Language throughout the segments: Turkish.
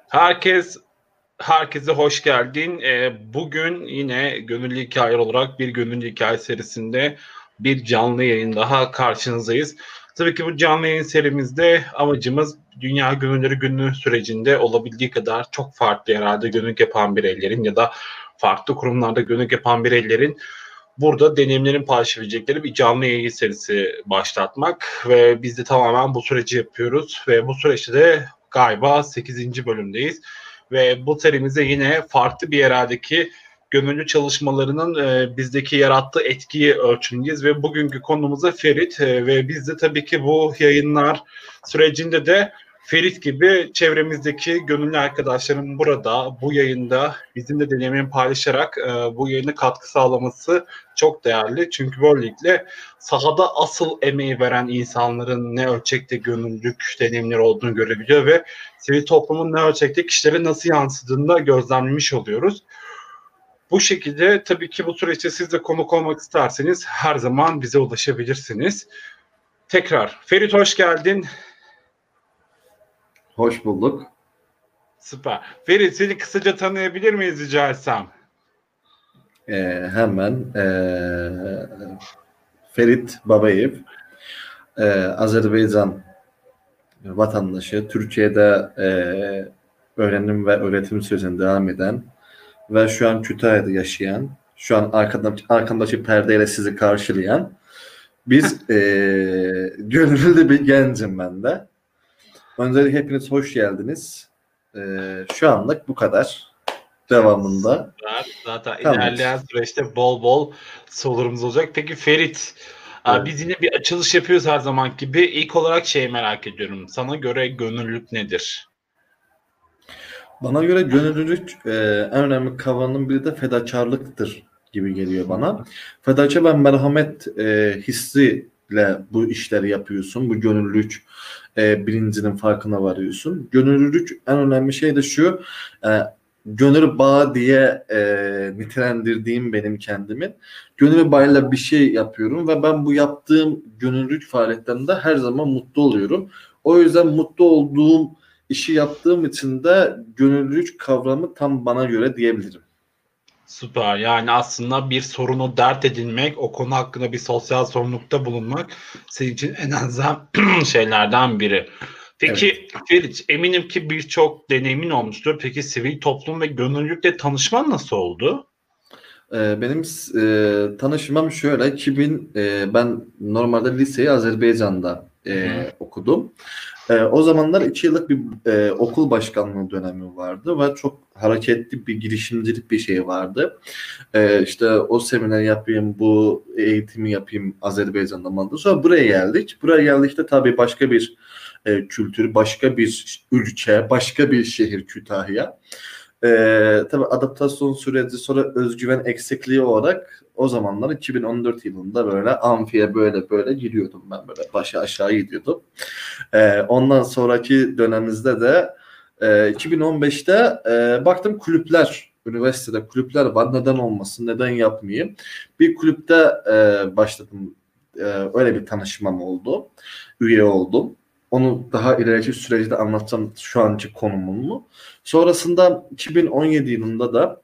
Herkes Herkese hoş geldin. Bugün yine Gönüllü Hikayeler olarak bir Gönüllü Hikaye serisinde bir canlı yayın daha karşınızdayız. Tabii ki bu canlı yayın serimizde amacımız Dünya Gönüllüleri Günü sürecinde olabildiği kadar çok farklı yerlerde gönüllülük yapan bireylerin ya da farklı kurumlarda gönüllülük yapan bireylerin burada deneyimlerini paylaşabilecekleri bir canlı yayın serisi başlatmak ve biz de tamamen bu süreci yapıyoruz ve bu süreçte de galiba 8. bölümdeyiz ve bu serimize yine farklı bir yereldeki gönüllü çalışmalarının bizdeki yarattığı etkiyi ölçüneceğiz ve bugünkü konumuza Ferit ve biz de tabii ki bu yayınlar sürecinde de Ferit gibi çevremizdeki gönüllü arkadaşlarım burada, bu yayında bizimle deneyimlerini paylaşarak bu yayına katkı sağlaması çok değerli. Çünkü böylelikle sahada asıl emeği veren insanların ne ölçekte gönüllülük deneyimleri olduğunu görebiliyor ve sivil toplumun ne ölçekte kişilere nasıl yansıdığını da gözlemlemiş oluyoruz. Bu şekilde tabii ki bu süreçte siz de konuk olmak isterseniz her zaman bize ulaşabilirsiniz. Tekrar Ferit hoş geldin. Hoş bulduk. Süper. Ferit seni kısaca tanıyabilir miyiz rica etsem? Hemen Ferit Babayev, Azerbaycan vatandaşı, Türkiye'de öğrenim ve öğretim sürecine devam eden ve şu an Kütahya'da yaşayan, şu an arkamdaki perdeyle sizi karşılayan biz gönüllü bir gencim ben de. Öncelikle hepiniz hoş geldiniz. Şu anlık bu kadar. Devamında. Zaten ilerleyen süreçte bol bol sorularımız olacak. Peki Ferit, evet. Biz yine bir açılış yapıyoruz her zaman gibi. İlk olarak şeyi merak ediyorum. Sana göre gönüllülük nedir? Bana göre gönüllülük en önemli kavramın biri de fedakarlıktır gibi geliyor bana. Fedakar ve merhamet hissiyle bu işleri yapıyorsun. Bu gönüllülük bilincinin farkına varıyorsun. Gönüllülük en önemli şey de şu, gönül bağı diye nitelendirdiğim benim kendimin. Gönül bağıyla bir şey yapıyorum ve ben bu yaptığım gönüllülük faaliyetlerinde her zaman mutlu oluyorum. O yüzden mutlu olduğum işi yaptığım için de gönüllülük kavramı tam bana göre diyebilirim. Süper. Yani aslında bir sorunu dert edinmek, o konu hakkında bir sosyal sorumlulukta bulunmak senin için en azından şeylerden biri. Peki evet. Ferit, eminim ki birçok deneyimin olmuştur. Peki sivil toplum ve gönüllülükle tanışman nasıl oldu? Benim tanışmam şöyle. Ben normalde liseyi Azerbaycan'da okudum. O zamanlar 2 yıllık bir okul başkanlığı dönemi vardı ve çok hareketli bir girişimcilik bir şey vardı. İşte o seminer yapayım, bu eğitimi yapayım Azerbaycan'da mı? Sonra buraya geldik. Buraya geldikte tabii başka bir kültür, başka bir ülke, başka bir şehir Kütahya. Tabii adaptasyon süreci sonra özgüven eksikliği olarak o zamanlar 2014 yılında böyle amfiye böyle giriyordum ben, böyle başa aşağı gidiyordum. Ondan sonraki dönemimizde de 2015'te baktım üniversitede kulüpler var, neden olmasın, neden yapmayayım. Bir kulüpte başladım, öyle bir tanışmam oldu, üye oldum. Onu daha ileriki süreçte anlatacağım, şu anki konumumu. Sonrasında 2017 yılında da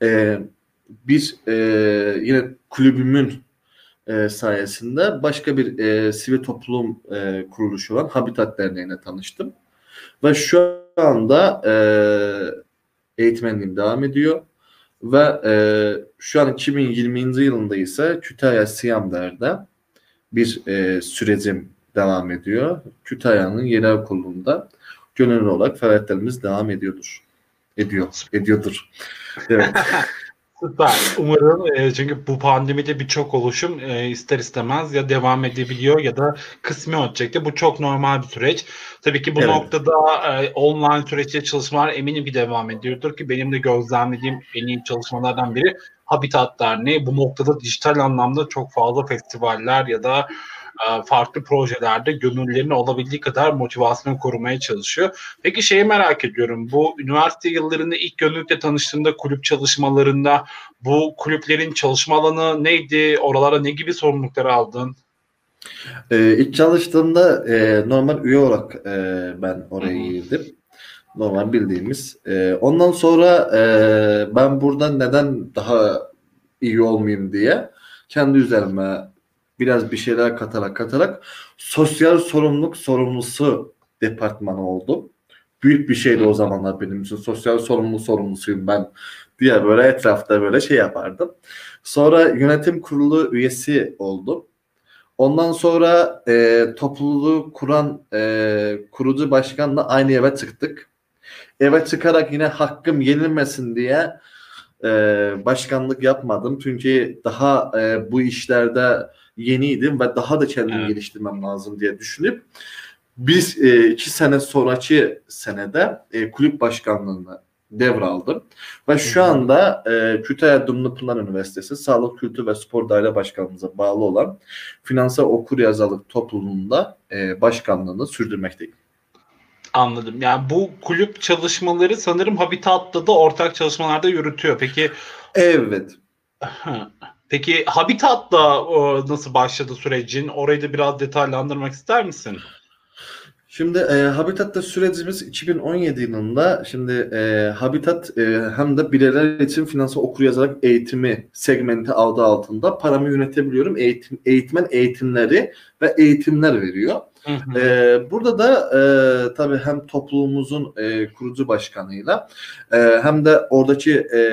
bir yine kulübümün sayesinde başka bir sivil toplum kuruluşu olan Habitat Derneği'ne tanıştım. Ve şu anda eğitmenliğim devam ediyor. Ve şu an 2020. yılında ise Kütahya Siyamder'de bir sürecim devam ediyor. Kütahya'nın yerel kurulunda gönüllü olarak faaliyetlerimiz devam ediyordur. Ediyordur. Evet. Süper. Umarım çünkü bu pandemide birçok oluşum ister istemez ya devam edebiliyor ya da kısmi ölçekte. Bu çok normal bir süreç. Tabii ki bu noktada online süreçte çalışmalar eminim ki devam ediyordur ki benim de gözlemlediğim en iyi çalışmalardan biri Habitat Derneği. Bu noktada dijital anlamda çok fazla festivaller ya da farklı projelerde gönüllülerini olabildiği kadar motivasyonu korumaya çalışıyor. Peki şeyi merak ediyorum. Bu üniversite yıllarında ilk gönüllülükle tanıştığında kulüp çalışmalarında bu kulüplerin çalışma alanı neydi? Oralara ne gibi sorumluluklar aldın? İlk çalıştığımda normal üye olarak ben oraya girdim. Normal bildiğimiz. Ondan sonra ben burada neden daha iyi olmayayım diye kendi üzerime biraz bir şeyler katarak sosyal sorumluluk sorumlusu departmanı oldum. Büyük bir şeydi o zamanlar benim için. Sosyal sorumlusuyum ben diye böyle etrafta böyle şey yapardım. Sonra yönetim kurulu üyesi oldum. Ondan sonra topluluğu kuran kurucu başkanla aynı eve çıktık. Eve çıkarak yine hakkım yenilmesin diye başkanlık yapmadım. Çünkü daha bu işlerde yeniydim ve daha da kendimi Evet. geliştirmem lazım diye düşünüp biz 2 sene sonraki senede kulüp başkanlığını devraldım. Ve şu anda Kütahya Dumlupınar Üniversitesi Sağlık, Kültür ve Spor Daire Başkanlığımıza bağlı olan Finansal Okuryazarlık Topluluğu'nda başkanlığını sürdürmekteyim. Anladım. Yani bu kulüp çalışmaları sanırım Habitat'ta da ortak çalışmalarda yürütüyor. Peki Evet. peki Habitat'ta nasıl başladı sürecin? Orayı da biraz detaylandırmak ister misin? Şimdi Habitat'ta sürecimiz 2017 yılında şimdi Habitat hem de bireyler için finansal okuryazarlık eğitimi segmenti adı altında paramı yönetebiliyorum. Eğitmen eğitimleri ve eğitimler veriyor. Hı hı. Burada da tabii hem topluluğumuzun kurucu başkanıyla hem de oradaki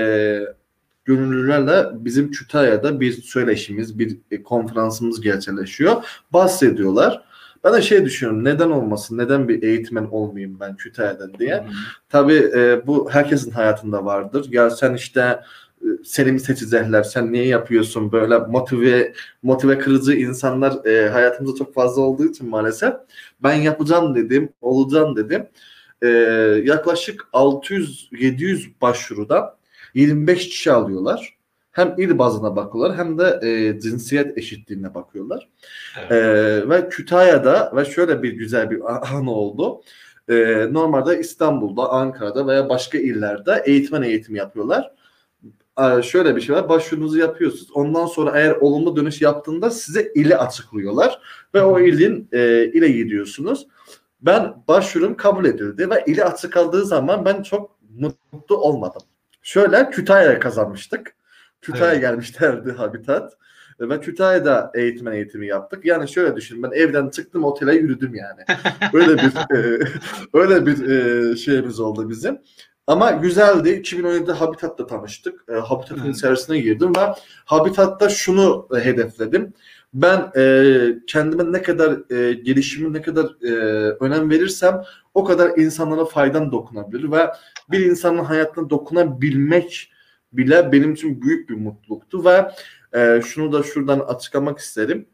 gönüllülerle bizim Kütahya'da bir söyleşimiz, bir konferansımız gerçekleşiyor. Bahsediyorlar. Ben de şey düşünüyorum, neden olmasın, neden bir eğitmen olmayayım ben Kütahya'dan Hı diye. hı. Tabii bu herkesin hayatında vardır. Ya sen işte seni mi seçecekler, sen niye yapıyorsun böyle motive kırıcı insanlar hayatımızda çok fazla olduğu için maalesef. Ben yapacağım dedim, olacağım dedim. E, Yaklaşık 600-700 başvurudan 25 kişi alıyorlar. Hem il bazına bakıyorlar hem de cinsiyet eşitliğine bakıyorlar. Evet. Ve Kütahya'da ve şöyle bir güzel bir an oldu. Normalde İstanbul'da, Ankara'da veya başka illerde eğitmen eğitimi yapıyorlar. Şöyle bir şey var. Başvurunuzu yapıyorsunuz. Ondan sonra eğer olumlu dönüş yaptığında size ili açıklıyorlar. Ve o ilin ile gidiyorsunuz. Ben başvurum kabul edildi ve ili açık kaldığı zaman ben çok mutlu olmadım. Şöyle Kütahya'ya kazanmıştık. Kütahya'ya Evet. gelmişlerdi Habitat. Ve Kütahya'da eğitmen eğitimi yaptık. Yani şöyle düşünün, ben evden çıktım otele yürüdüm yani. Öyle bir öyle bir şeyimiz oldu bizim. Ama güzeldi. 2017'de Habitat'la tanıştık. Habitat'ın Evet. içerisine girdim ve Habitat'ta şunu hedefledim. Ben kendime ne kadar gelişimi ne kadar önem verirsem o kadar insanlara faydam dokunabilir ve bir insanın hayatına dokunabilmek bile benim için büyük bir mutluluktu ve şunu da şuradan açıklamak isterim.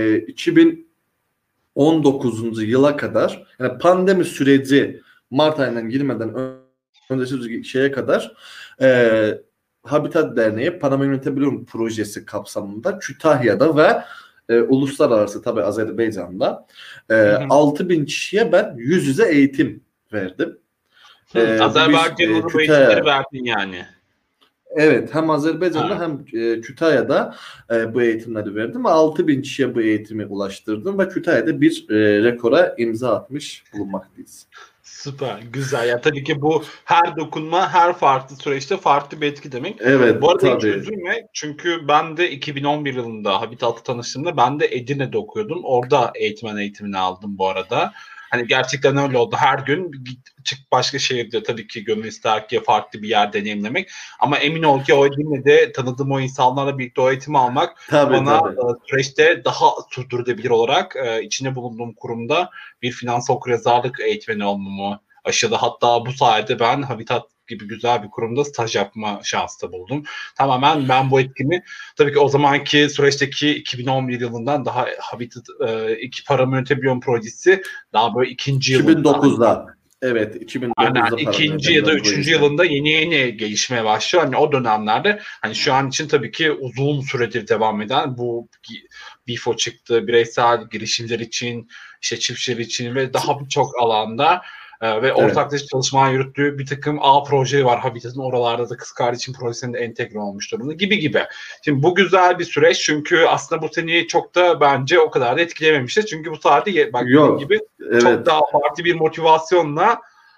2019. yıla kadar yani pandemi süreci Mart ayından girmeden önceki şeye kadar Habitat Derneği Panama Yönetebiliyorum projesi kapsamında Kütahya'da ve uluslararası tabii Azerbaycan'da Hı hı. 6.000 kişiye ben yüz yüze eğitim verdim. Bu bir Azerbaycan'a da bu eğitimleri Kütahya. verdin yani. Evet, hem Azerbaycan'da Ha. hem Kütahya'da bu eğitimleri verdim. 6.000 kişiye bu eğitimi ulaştırdım ve Kütahya'da bir rekora imza atmış bulunmaktayız. Süper, güzel. Ya tabii ki bu her dokunma, her farklı süreçte farklı bir etki demek. Bu Evet, arada hiç tabii. üzülme çünkü ben de 2011 yılında Habitat'ta tanıştığımda ben de Edirne'de okuyordum. Orada eğitmen eğitimini aldım bu arada. Hani gerçekten öyle oldu. Her gün çık başka şehirde tabii ki gönül ister ki farklı bir yer deneyimlemek. Ama emin ol ki o Edirne'de tanıdığım o insanlarla birlikte o eğitimi almak Tabii, bana tabii. süreçte daha sürdürülebilir olarak içinde bulunduğum kurumda bir finansal okuryazarlık eğitmeni olmamı aşıladı. Hatta bu sayede ben Habitat gibi güzel bir kurumda staj yapma şansı da buldum. Tamamen ben bu etkimi tabii ki o zamanki süreçteki 2011 yılından daha Habitat iki paramı yönetebiliyorum projesi daha böyle ikinci yılında. 2009'da. Evet, Aynen 2009'da paramı ikinci ya da yönetebiliyorum üçüncü projesi. yılında yeni yeni gelişmeye başlıyor. Hani o dönemlerde hani şu an için tabii ki uzun süredir devam eden bu BIFO çıktı, bireysel girişimler için, işte çiftçiler için ve daha birçok alanda ve Evet. ortaklaşa çalışmalar yürüttüğü bir takım A projeleri var. Habitat'ın oralarda da Kız Kardeşim projesinde entegre olmuş durumda gibi gibi. Şimdi bu güzel bir süreç çünkü aslında bu seni çok da bence o kadar da etkilememiştir. Çünkü bu sayede bak dediğim Yok. gibi çok Evet. daha farklı bir motivasyonla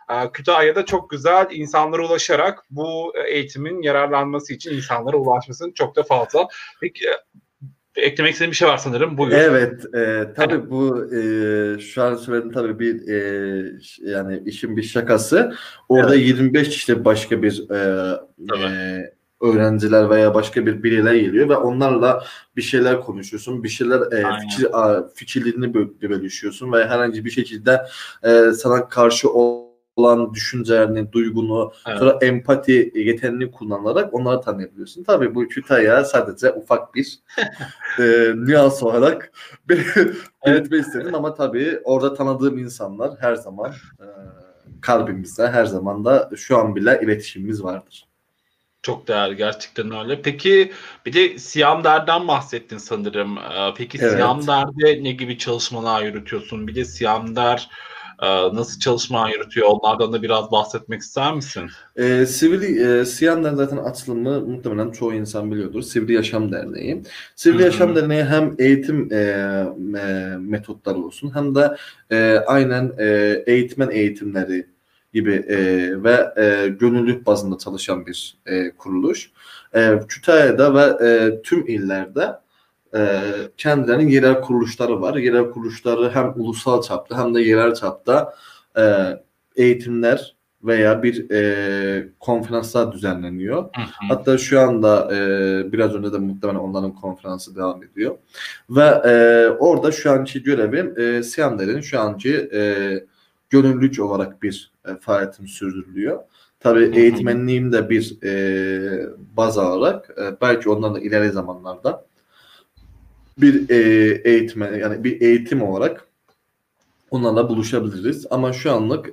Kütahya'da çok güzel insanlara ulaşarak bu eğitimin yararlanması için insanlara ulaşmasının çok da fazla. Peki eklemek istediğim bir şey var sanırım. Buyur. Evet, tabii bu şu an söylediğim tabii bir yani işin bir şakası. Orada Evet. 25 işte başka bir Tabii. öğrenciler veya başka bir bireyler geliyor ve onlarla bir şeyler konuşuyorsun, bir şeyler Aynen. fikirlerini bölüşüyorsun ve herhangi bir şekilde sana karşı olan düşüncelerini, duygunu, Evet. sonra empati yeteneğini kullanarak onları tanıyabiliyorsun. Tabii bu Kütahya sadece ufak bir nüans olarak Evet. belirtmek istedim ama tabii orada tanıdığım insanlar her zaman kalbimizde, her zaman da şu an bile iletişimimiz vardır. Çok değerli, gerçekten öyle. Peki bir de Siyamder'den bahsettin sanırım. Peki Evet. Siyamder'de ne gibi çalışmalar yürütüyorsun? Bir de Siyamder nasıl çalışmalar yürütüyor? Onlardan da biraz bahsetmek ister misin? Siyan'dan zaten açılımı muhtemelen çoğu insan biliyordur. Sivri Yaşam Derneği. Hı Sivri Yaşam hı. Derneği hem eğitim metotları olsun hem de aynen eğitmen eğitimleri gibi ve gönüllülük bazında çalışan bir kuruluş. Kütahya'da ve tüm illerde kendilerinin yerel kuruluşları var. Yerel kuruluşları hem ulusal çapta hem de yerel çapta e, eğitimler veya bir konferanslar düzenleniyor. Hı hı. Hatta şu anda biraz önce de muhtemelen onların konferansı devam ediyor. Ve orada şu anki görevim Siyander'in şu anki gönüllülük olarak bir faaliyetim sürdürülüyor. Tabii Hı hı. eğitmenliğim de bir baz alarak belki ondan da ileri zamanlarda bir eğitmen yani bir eğitim olarak onlarla buluşabiliriz. Ama şu anlık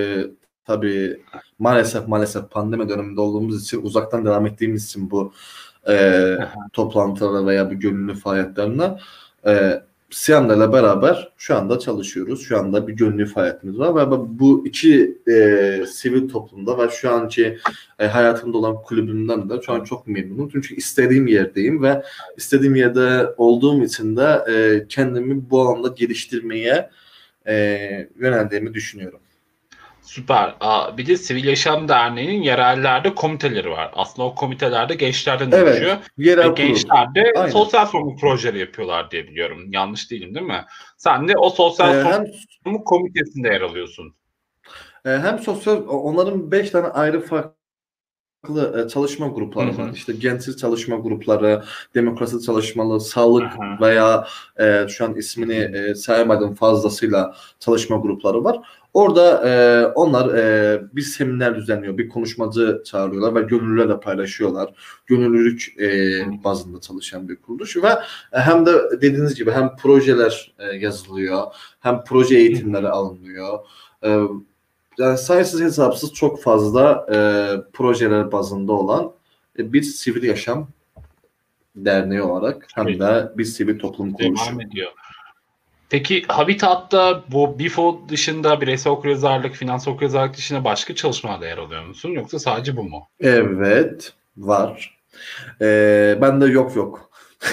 tabii maalesef pandemi döneminde olduğumuz için uzaktan devam ettiğimiz için bu Hı hı. toplantılara veya bir gönüllü faaliyetlerine Siyan'la beraber şu anda çalışıyoruz. Şu anda bir gönüllü faaliyetimiz var ve bu iki sivil toplumda ve şu anki hayatımda olan kulübümden de şu an Evet. çok memnunum. Çünkü istediğim yerdeyim ve istediğim yerde olduğum için de kendimi bu alanda geliştirmeye yöneldiğimi düşünüyorum. Süper. Bir de Sivil Yaşam Derneği'nin yerellerde komiteleri var. Aslında o komitelerde gençlerden oluşuyor. Evet, Ve yerel kurul. gençler de Aynen. sosyal sorumluluk projeleri yapıyorlar diye biliyorum. Yanlış değilim, değil mi? Sen de o sosyal Hem sorumluluk komitesinde yer alıyorsun. hem sosyal onların 5 tane ayrı farklı çalışma Hı grupları var. hı. İşte gençlik çalışma grupları, demokrasi çalışmaları, Hı sağlık hı. veya şu an Hı ismini hı. sayamadım fazlasıyla çalışma grupları var. Orada onlar bir seminer düzenliyor, bir konuşmacı çağırıyorlar ve gönüllülerle paylaşıyorlar. Gönüllülük bazında çalışan bir kuruluş ve hem de dediğiniz gibi hem projeler yazılıyor, hem proje Hı hı. eğitimleri alınıyor. E, Yani sayısız hesapsız çok fazla projeler bazında olan bir sivil yaşam derneği olarak hem Tabii, de bir sivil toplum devam kuruluşu. ediyor. Peki Habitat'ta bu BIFO dışında bireysel okuryazarlık, finansal okuryazarlık dışında başka çalışmalarda yer alıyor musun? Yoksa sadece bu mu? Evet, var. Ben de yok.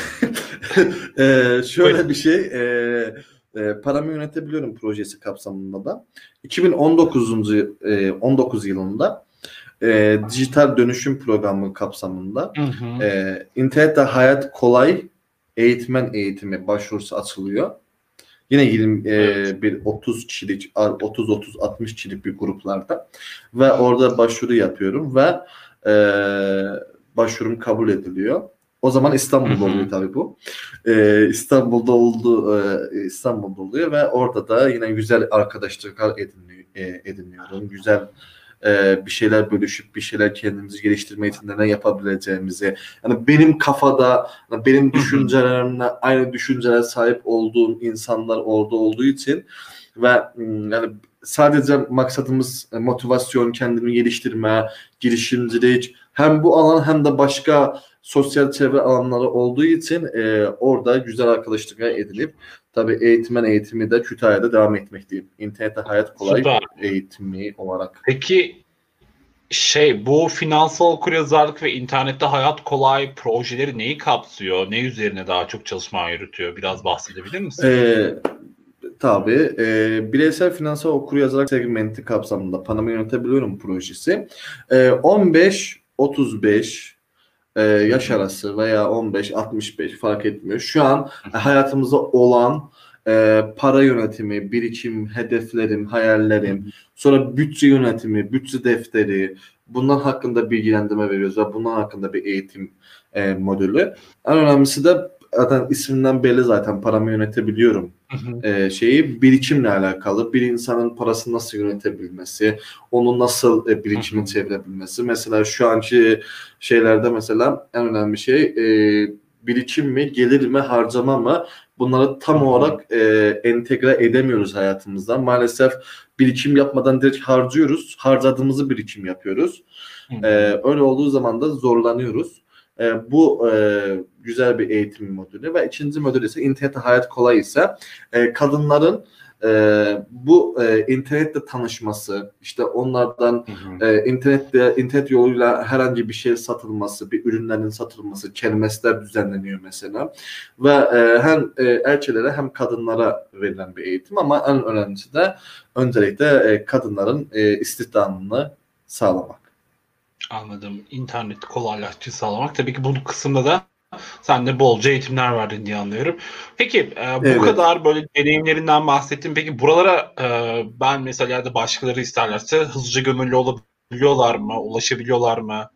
Şöyle Buyurun. bir şey, paramı yönetebiliyorum projesi kapsamında da 2019. 19 yılında dijital dönüşüm programı kapsamında Hı hı. internette hayat kolay eğitmen eğitimi başvurusu açılıyor. Yine 20 Evet. bir 30 kişilik 30-60 kişilik bir gruplarda ve orada başvuru yapıyorum ve e, başvurum kabul ediliyor. O zaman Hı İstanbul'da oluyor hı. tabii bu. İstanbul'da oluyor ve orada da yine güzel arkadaşlıklar ediniyorum. Güzel bir şeyler bölüşüp bir şeyler kendimizi geliştirme için ne yapabileceğimizi yani benim kafada benim Hı hı. düşüncelerimle aynı düşüncelere sahip olduğum insanlar orada olduğu için ve yani sadece maksadımız motivasyon, kendimi geliştirme, girişimcilik hem bu alan hem de başka sosyal çevre alanları olduğu için orada güzel arkadaşlıklar edinip tabii eğitmen eğitimi de Kütahya'da devam etmekteyim. İnternette hayat kolay Süper. eğitimi olarak. Peki bu finansal okuryazarlık ve internette hayat kolay projeleri neyi kapsıyor? Ne üzerine daha çok çalışma yürütüyor? Biraz bahsedebilir misin? E, Tabii. Bireysel finansal okuryazarlık segmenti kapsamında Panama Yönetebiliyorum projesi. 15-35 yaş arası veya 15-65 fark etmiyor. Şu an hayatımızda olan para yönetimi, birikim, hedeflerim, hayallerim, sonra bütçe yönetimi, bütçe defteri, bunlar hakkında bilgilendirme veriyoruz ve bunlar hakkında bir eğitim modülü. En önemlisi de zaten isminden belli, zaten paramı yönetebiliyorum şeyi birikimle alakalı. Bir insanın parasını nasıl yönetebilmesi, onu nasıl birikimini çevirebilmesi. Mesela şu anki şeylerde mesela en önemli şey birikim mi, gelir mi, harcama mı? Bunları tam olarak entegre edemiyoruz hayatımızda. Maalesef birikim yapmadan direkt harcıyoruz. Harcadığımızı birikim yapıyoruz. Öyle olduğu zaman da zorlanıyoruz. Bu güzel bir eğitim modülü ve ikinci modül ise internette hayat kolay ise kadınların bu internetle tanışması, işte onlardan internet yoluyla herhangi bir şey satılması, bir ürünlerin satılması, kermesler düzenleniyor mesela ve hem erkeklere hem kadınlara verilen bir eğitim, ama en önemlisi de öncelikle kadınların istihdamını sağlamak. Anladım. İnternet kolaylaştırıcı sağlamak. Tabii ki bu kısımda da sen de bolca eğitimler verdin diye anlıyorum. Peki bu Evet. kadar böyle deneyimlerinden bahsettim. Peki buralara ben mesela da başkaları isterlerse hızlıca gönüllü olabiliyorlar mı? Ulaşabiliyorlar mı?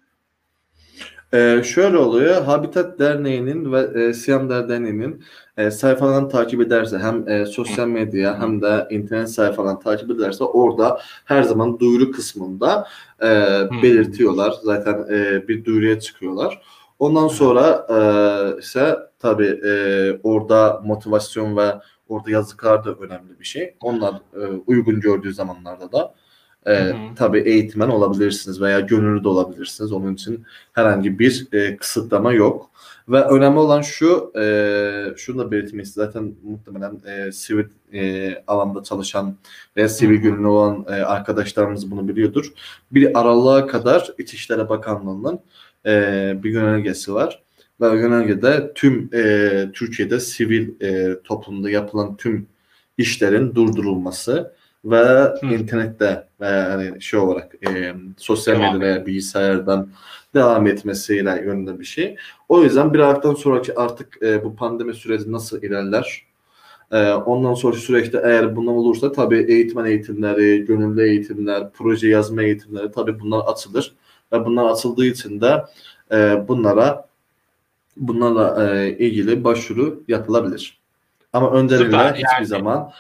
Şöyle oluyor. Habitat Derneği'nin ve Siyam Derneği'nin sayfalarını takip ederse, hem sosyal medya hem de internet sayfalarını takip ederse, orada her zaman duyuru kısmında belirtiyorlar. Zaten bir duyuruya çıkıyorlar. Ondan sonra ise tabii orada motivasyon ve orada yazılar da önemli bir şey. Onlar uygun gördüğü zamanlarda da tabii eğitmen olabilirsiniz veya gönüllü de olabilirsiniz. Onun için herhangi bir kısıtlama yok. Ve önemli olan şu, şunu da belirtmek istedim. Zaten muhtemelen sivil alanda çalışan veya sivil gönüllü olan arkadaşlarımız bunu biliyordur. Bir aralığa kadar İçişleri Bakanlığı'nın bir yönergesi var. Ve yönergede tüm Türkiye'de sivil toplumda yapılan tüm işlerin durdurulması ve internette veya yani şey olarak sosyal medya veya bilgisayardan devam etmesiyle yönünde bir şey. O yüzden bir haftadan sonraki artık bu pandemi süreci nasıl ilerler? Ondan sonraki süreçte eğer bunlar olursa tabii eğitmen eğitimleri, gönüllü eğitimler, proje yazma eğitimleri, tabii bunlar açılır. Ve bunlar açıldığı için de bunlarla ilgili başvuru yapılabilir. Ama öncelikle Süper. hiçbir Yani zaman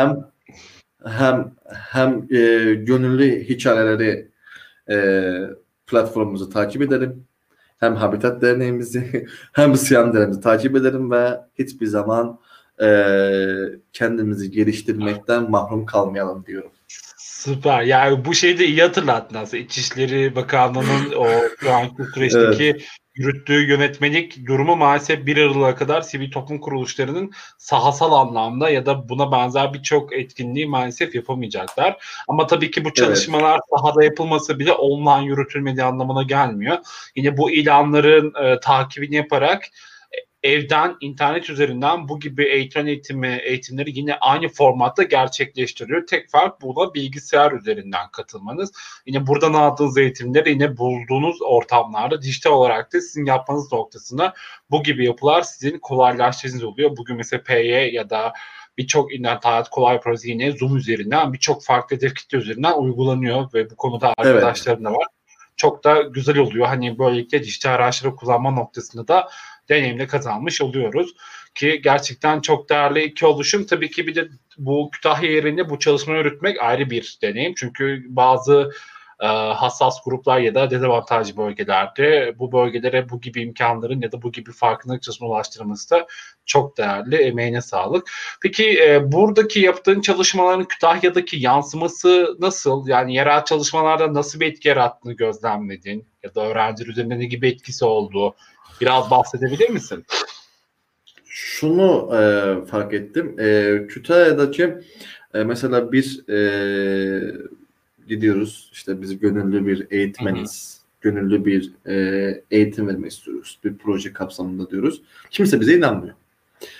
hem gönüllü hikayeleri platformumuzu takip edelim. Hem Habitat Derneğimizi hem Siyam Derneğimizi takip edelim ve hiçbir zaman kendimizi geliştirmekten mahrum kalmayalım diyorum. süper. Yani bu şeyi de iyi hatırlattın aslında. İçişleri Bakanlığı'nın o şu anki Evet, süreçteki yürüttüğü yönetmelik durumu maalesef 1 Aralık'a kadar sivil toplum kuruluşlarının sahasal anlamda ya da buna benzer birçok etkinliği maalesef yapamayacaklar. Ama tabii ki bu evet, çalışmalar sahada yapılmasa bile online yürütülmediği anlamına gelmiyor. Yine bu ilanların takibini yaparak evden, internet üzerinden bu gibi eğitimleri yine aynı formatta gerçekleştiriyor. Tek fark buna bilgisayar üzerinden katılmanız. Yine buradan aldığınız eğitimleri yine bulduğunuz ortamlarda dijital olarak da sizin yapmanız noktasında bu gibi yapılar sizin kolaylaştırıcınız oluyor. Bugün mesela PY ya da birçok internet hayat kolay projesi yine Zoom üzerinden birçok farklı hedef kitle üzerinden uygulanıyor ve bu konuda evet. arkadaşlarım da var. Çok da güzel oluyor. Hani böylelikle dijital araçları kullanma noktasında da deneyimle kazanmış oluyoruz. Ki gerçekten çok değerli iki oluşum. Tabii ki bir de bu Kütahya yerinde bu çalışmayı yürütmek ayrı bir deneyim. Çünkü bazı hassas gruplar ya da dezavantajlı bölgelerde bu bölgelere bu gibi imkanların ya da bu gibi farkındalık çalışma ulaştırılması da çok değerli. Emeğine sağlık. Peki buradaki yaptığın çalışmaların Kütahya'daki yansıması nasıl? Yani yerel çalışmalarda nasıl bir etki yarattığını gözlemledin? Ya da öğrenciler üzerinde ne gibi etkisi oldu? Biraz bahsedebilir misin? Şunu fark ettim. Kütahya'daki mesela biz gidiyoruz. İşte biz gönüllü bir Hı hı. eğitmeniz. Gönüllü bir eğitim vermek istiyoruz. Bir proje kapsamında diyoruz. Kimse bize inanmıyor.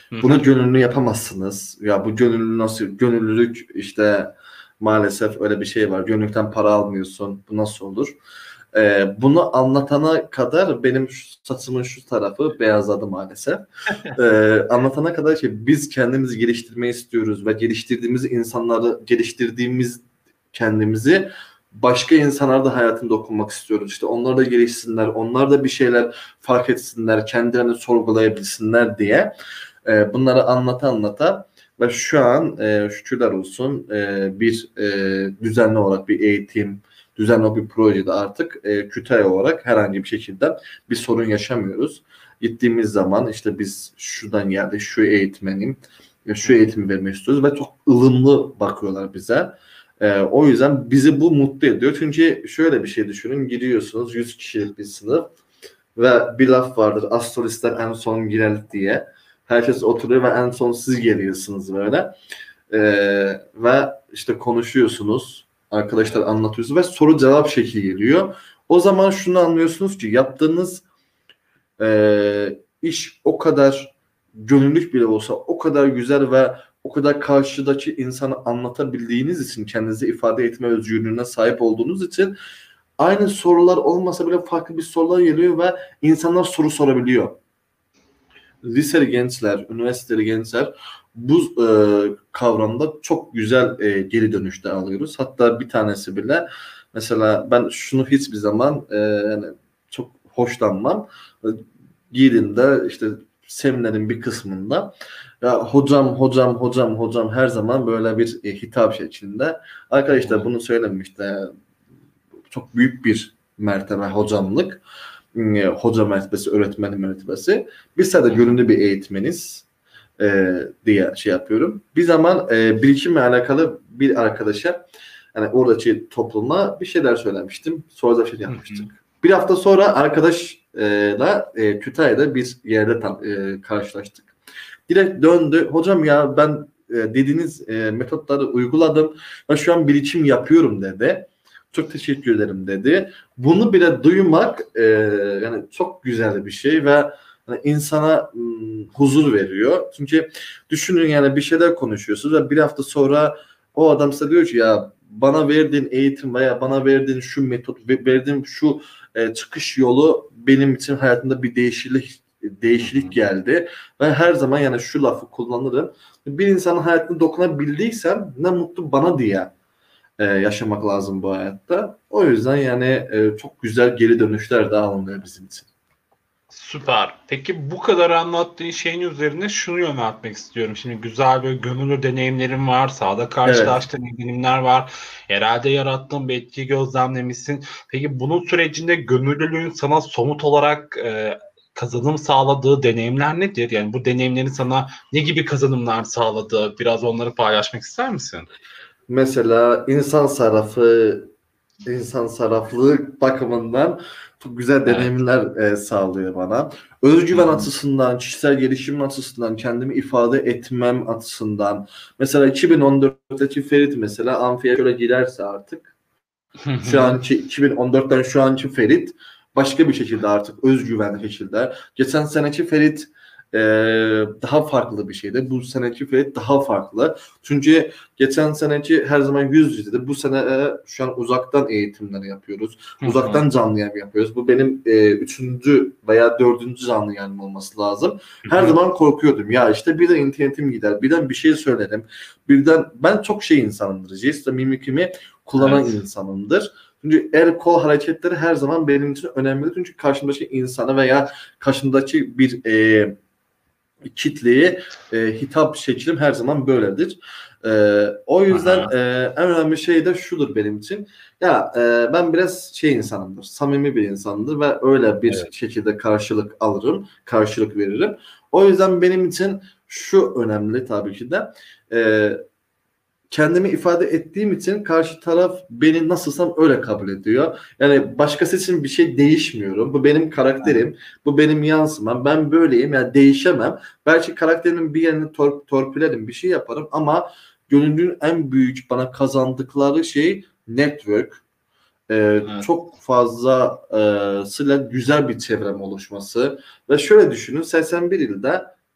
Hı Bunu hı. gönüllü yapamazsınız. Ya bu gönüllü nasıl? Gönüllülük işte maalesef öyle bir şey var. Gönüllülükten para almıyorsun. Bu nasıl olur? Bunu anlatana kadar benim saçımın şu tarafı beyazladı maalesef. Anlatana kadar biz kendimizi geliştirmeyi istiyoruz ve geliştirdiğimiz insanları geliştirdiğimiz kendimizi başka insanlara da hayatında dokunmak istiyoruz. İşte onlar da gelişsinler, onlar da bir şeyler fark etsinler, kendilerini sorgulayabilsinler diye bunları anlata ve şu an şükürler olsun düzenli olarak bir eğitim, düzenli olarak bir projede artık Kütahya olarak herhangi bir şekilde bir sorun yaşamıyoruz. Gittiğimiz zaman işte biz şuradan geldik, şu eğitmenim, şu eğitimi vermek istiyoruz ve çok ılımlı bakıyorlar bize. O yüzden bizi bu mutlu ediyor. Çünkü şöyle bir şey düşünün, giriyorsunuz 100 kişilik bir sınıf ve bir laf vardır, astrolistler en son girer diye. Herkes oturuyor ve en son siz geliyorsunuz böyle. Ve işte konuşuyorsunuz, arkadaşlar anlatıyorsunuz ve soru cevap şekli geliyor. O zaman şunu anlıyorsunuz ki yaptığınız iş o kadar gönüllülük bile olsa o kadar güzel ve o kadar karşıdaki insanı anlatabildiğiniz için, kendinizi ifade etme özgürlüğüne sahip olduğunuz için aynı sorular olmasa bile farklı bir sorular geliyor ve insanlar soru sorabiliyor. Liseli gençler, üniversiteli gençler bu kavramda çok güzel geri dönüşler alıyoruz. Hatta bir tanesi bile mesela ben şunu hiçbir zaman yani çok hoşlanmam. Girdiğinde işte seminerin bir kısmında ya hocam her zaman böyle bir hitap şeklinde. Arkadaşlar bunu söylemişti. Çok büyük bir mertebe hocamlık. Hoca mertebesi, öğretmen mertebesi. Biz sadece gönüllü bir eğitmeniz diye şey yapıyorum. Bir zaman birikimle alakalı bir arkadaşa yani oradaki topluma bir şeyler söylemiştim. Sonra da şey yapmıştık. Bir hafta sonra arkadaşla Kütahya'da bir yerde karşılaştık. Direkt döndü. Hocam ya ben dediğiniz metotları uyguladım ve şu an birikim yapıyorum dedi. Çok teşekkür ederim dedi. Bunu bile duymak yani çok güzel bir şey ve yani insana huzur veriyor. Çünkü düşünün yani bir şeyler konuşuyorsunuz ve bir hafta sonra o adam size diyor ki ya bana verdiğin eğitim veya bana verdiğin şu metot, verdiğin şu çıkış yolu benim için hayatımda bir değişiklik geldi. Ben her zaman yani şu lafı kullanırım. Bir insanın hayatına dokunabildiysem ne mutlu bana diye yaşamak lazım bu hayatta. O yüzden yani çok güzel geri dönüşler daha alınıyor bizim için. Süper. Peki bu kadar anlattığın şeyin üzerine şunu yöneltmek istiyorum. Şimdi güzel bir gönüllü deneyimlerim var. Sahada Evet. karşılaştığın deneyimler var. Herhalde yarattığın bir etki gözlemlemişsin. Peki bunun sürecinde gönüllülüğün sana somut olarak kazanım sağladığı deneyimler nedir? Yani bu deneyimlerin sana ne gibi kazanımlar sağladığı biraz onları paylaşmak ister misin? Mesela insan sarraflığı bakımından çok güzel Evet. deneyimler sağlıyor bana. Hı Özgüven hı. açısından, kişisel gelişim açısından, kendimi ifade etmem açısından. Mesela 2014'teki Ferit mesela amfiye şöyle girerse artık Hı şu hı. anki 2014'ten şu anki Ferit başka bir şekilde artık özgüvenli şekilde. Geçen seneki Ferit e, daha farklı bir şeydi. Bu seneki Ferit daha farklı. Çünkü geçen seneki her zaman yüz yüzedir. Bu sene şu an uzaktan eğitimleri yapıyoruz. Hı hı. Uzaktan canlı yayın yapıyoruz. Bu benim üçüncü veya dördüncü canlı yayınım olması lazım. Hı Her hı. zaman korkuyordum. Ya işte birden internetim gider. Birden bir şey söylerim. Birden ben çok şey insanımdır. Jest ve mimikimi kullanan Evet. insanımdır. Çünkü el kol hareketleri her zaman benim için önemlidir. Çünkü karşımdaki insana veya karşımdaki bir kitleye hitap şeklim her zaman böyledir. O yüzden Aha. en önemli şey de şudur benim için. Ya ben biraz şey insanımdır. Samimi bir insanımdır ve öyle bir Evet. şekilde karşılık alırım, karşılık veririm. O yüzden benim için şu önemli tabii ki de e, kendimi ifade ettiğim için karşı taraf beni nasılsam öyle kabul ediyor. Yani başkası için bir şey değişmiyorum. Bu benim karakterim. Bu benim yansımam. Ben böyleyim. Yani değişemem. Belki karakterimin bir yerini torpilerim. Bir şey yaparım ama gönüllünün en büyük bana kazandıkları şey network. Evet. Çok fazla güzel bir çevrem oluşması ve şöyle düşünün 81 ilde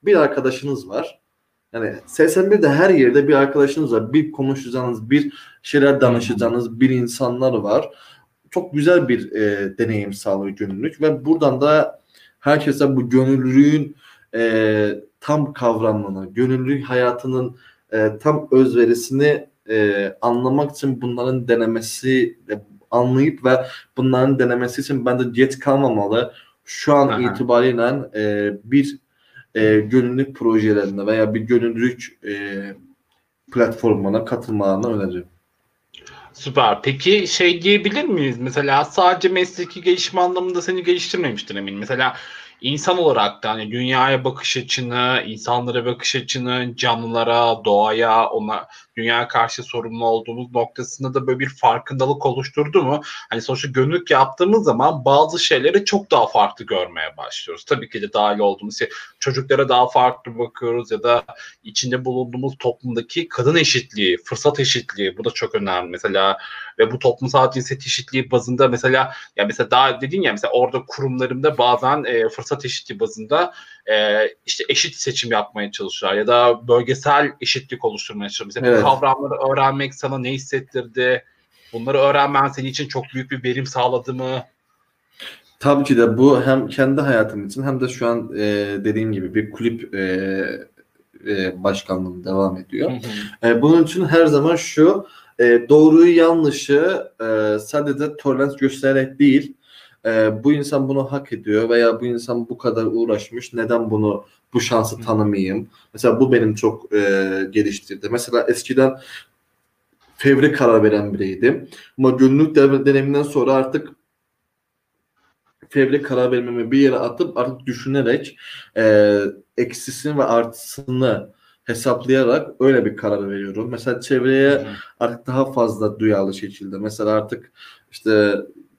bir arkadaşınız var. Yani 81'de her yerde bir arkadaşınız var. Bir konuşacağınız, bir şeyler danışacağınız bir insanlar var. Çok güzel bir deneyim sağlıyor gönüllülük ve buradan da herkese bu gönüllülüğün tam kavramını, gönüllülük hayatının tam özverisini anlamak için bunların denemesi, anlayıp ve bunların denemesi için bence geç kalmamalı. Şu an Aha. itibariyle bir gönüllülük projelerine veya bir gönüllülük platformuna katılmalarını öneririm. Süper. Peki şey diyebilir miyiz? Mesela sadece mesleki gelişim anlamında seni geliştirmemiştir eminim. Mesela insan olarak da hani dünyaya bakış açını, insanlara bakış açını, canlılara, doğaya, ona dünyaya karşı sorumlu olduğumuz noktasında da böyle bir farkındalık oluşturdu mu? Hani sonuçta gönüllülük yaptığımız zaman bazı şeyleri çok daha farklı görmeye başlıyoruz. Tabii ki de dahil olduğumuz şey, çocuklara daha farklı bakıyoruz ya da içinde bulunduğumuz toplumdaki kadın eşitliği, fırsat eşitliği bu da çok önemli mesela ve bu toplumsal cinsiyet eşitliği bazında mesela ya mesela daha dedin ya mesela orada kurumlarında bazen fırsat eşitliği bazında işte eşit seçim yapmaya çalışıyorlar ya da bölgesel eşitlik oluşturmaya çalışıyorlar. Mesela Evet. bu kavramları öğrenmek sana ne hissettirdi? Bunları öğrenmen senin için çok büyük bir verim sağladı mı? Tabii ki de bu hem kendi hayatım için hem de şu an dediğim gibi bir kulüp başkanlığım devam ediyor. Hı hı. Bunun için her zaman şu doğruyu yanlışı sadece tolerans göstererek değil, bu insan bunu hak ediyor veya bu insan bu kadar uğraşmış, neden bu şansı tanımayayım? Mesela bu benim çok geliştirdi. Mesela eskiden fevri karar veren biriydim. Ama gönüllülük deneyiminden sonra artık fevri karar vermemi bir yere atıp artık düşünerek eksisini ve artısını hesaplayarak öyle bir karar veriyorum. Mesela çevreye artık daha fazla duyarlı şekilde. Mesela artık işte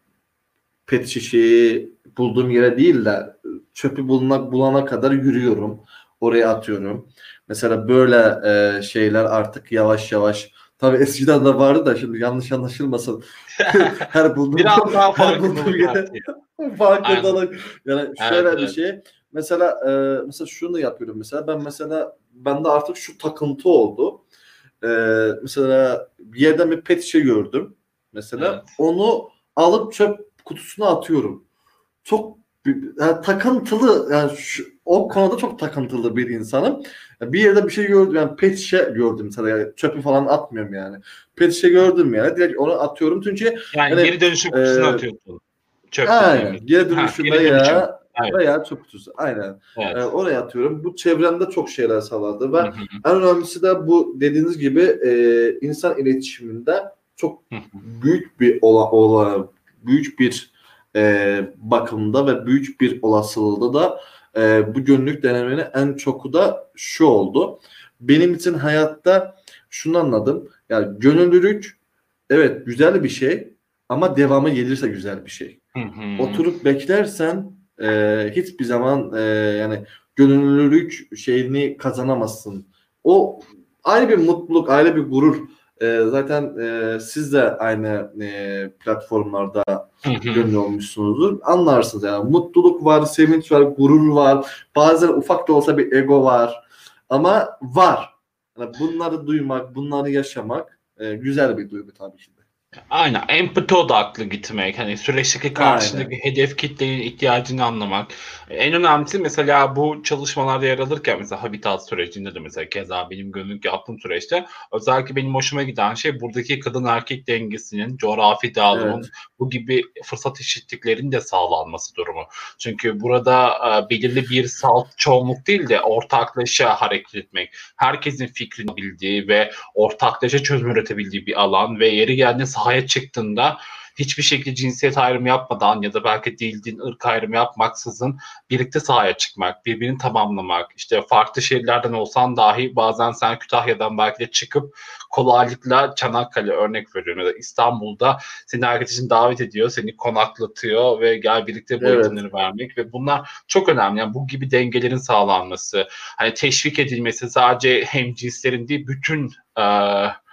pet şişeyi bulduğum yere değil de çöpü bulana kadar yürüyorum. Oraya atıyorum. Mesela böyle şeyler artık yavaş yavaş, tabii eskiden de vardı da şimdi yanlış anlaşılmasın. her bulduğum Biraz daha her bulduğum farkındalık yere arttı. Aynen. farkındalık. Yani Evet, şöyle bir evet. şey. Mesela şunu yapıyorum mesela. Bende artık şu takıntı oldu. E, Mesela bir yerden bir pet şişe gördüm. Mesela Evet. onu alıp çöp kutusuna atıyorum. Çok yani takıntılı, yani o konuda çok takıntılı bir insanım. Bir yerde bir şey gördüm, yani pet şişe gördüm mesela, yani çöpü falan atmıyorum yani. Pet şişe gördüm yani direkt onu atıyorum çünkü Yani hani geri dönüşüm e, kutusuna atıyorsun. Çöp dediğimiz. aynen geri Ha, dönüşüm geri dönüşüm. Evet. veya çöp kutusu, aynen. Evet. Oraya atıyorum. Bu çevremde çok şeyler sağladı ve Hı hı. en önemlisi de bu dediğiniz gibi insan iletişiminde çok Hı hı. büyük bir büyük bir bakımda ve büyük bir olasılığı da bu gönüllülük denemenin en çoku da şu oldu. Benim için hayatta şunu anladım. Yani gönüllülük evet güzel bir şey ama devamı gelirse güzel bir şey. Hı hı. Oturup beklersen hiçbir zaman yani gönüllülük şeyini kazanamazsın. O ayrı bir mutluluk, ayrı bir gurur. Zaten siz de aynı platformlarda Hı hı. gönüllü olmuşsunuzdur. Anlarsınız yani. Mutluluk var, sevinç var, gurur var. Bazen ufak da olsa bir ego var. Ama var. Yani bunları duymak, bunları yaşamak güzel bir duygu tabii ki de. Aynen. Empati odaklı gitmek. Hani süreçteki karşındaki Aynen. hedef kitlenin ihtiyacını anlamak. En önemlisi mesela bu çalışmalarda yer alırken mesela Habitat sürecinde de mesela keza benim gönüllülük yaptığım süreçte özellikle benim hoşuma giden şey buradaki kadın erkek dengesinin, coğrafi dağılımın Evet. bu gibi fırsat eşitliklerinin de sağlanması durumu. Çünkü burada belirli bir salt çoğunluk değil de ortaklaşa hareket etmek, herkesin fikrini bildiği ve ortaklaşa çözüm üretebildiği bir alan ve yeri geldiğinde sahaya çıktığında hiçbir şekilde cinsiyet ayrımı yapmadan ya da belki dilin ırk ayrımı yapmaksızın birlikte sahaya çıkmak, birbirini tamamlamak, işte farklı şehirlerden olsan dahi bazen sen Kütahya'dan belki de çıkıp kolaylıkla Çanakkale örnek veriyorum ya da İstanbul'da seni arkadaşın davet ediyor, seni konaklatıyor ve gel birlikte bu Evet. eğitimleri vermek ve bunlar çok önemli. Yani bu gibi dengelerin sağlanması, hani teşvik edilmesi sadece hem cinslerin değil bütün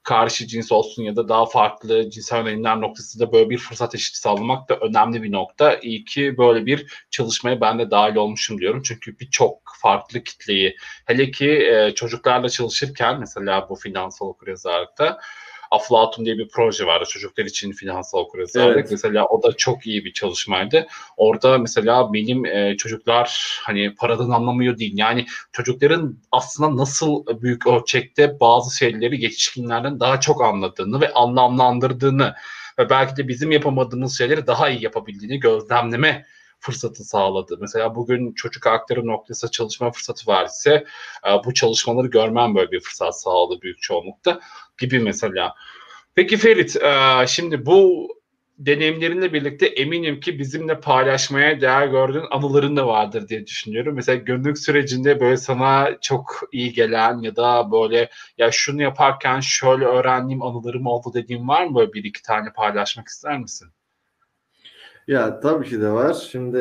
karşı cins olsun ya da daha farklı cinsel yönelimler noktasında böyle bir fırsat eşitliği sağlamak da önemli bir nokta. İyi ki böyle bir çalışmaya ben de dahil olmuşum diyorum. Çünkü birçok farklı kitleyi, hele ki çocuklarla çalışırken, mesela bu finansal okuryazarlıkta Aflatun diye bir proje vardı. Çocuklar için finansal okuryazarlık. Evet. Mesela o da çok iyi bir çalışmaydı. Orada mesela benim çocuklar hani paradan anlamıyor değil. Yani çocukların aslında nasıl büyük ölçekte bazı şeyleri yetişkinlerden daha çok anladığını ve anlamlandırdığını ve belki de bizim yapamadığımız şeyleri daha iyi yapabildiğini gözlemleme fırsatı sağladı. Mesela bugün çocuk hakları noktasında çalışma fırsatı var ise bu çalışmaları görmem böyle bir fırsat sağladı büyük çoğunlukta gibi mesela. Peki Ferit, şimdi bu deneyimlerinle birlikte eminim ki bizimle paylaşmaya değer gördüğün anıların da vardır diye düşünüyorum. Mesela gönüllülük sürecinde böyle sana çok iyi gelen ya da böyle ya şunu yaparken şöyle öğrendiğim anılarım oldu dediğin var mı, böyle bir iki tane paylaşmak ister misin? Ya tabii ki de var. Şimdi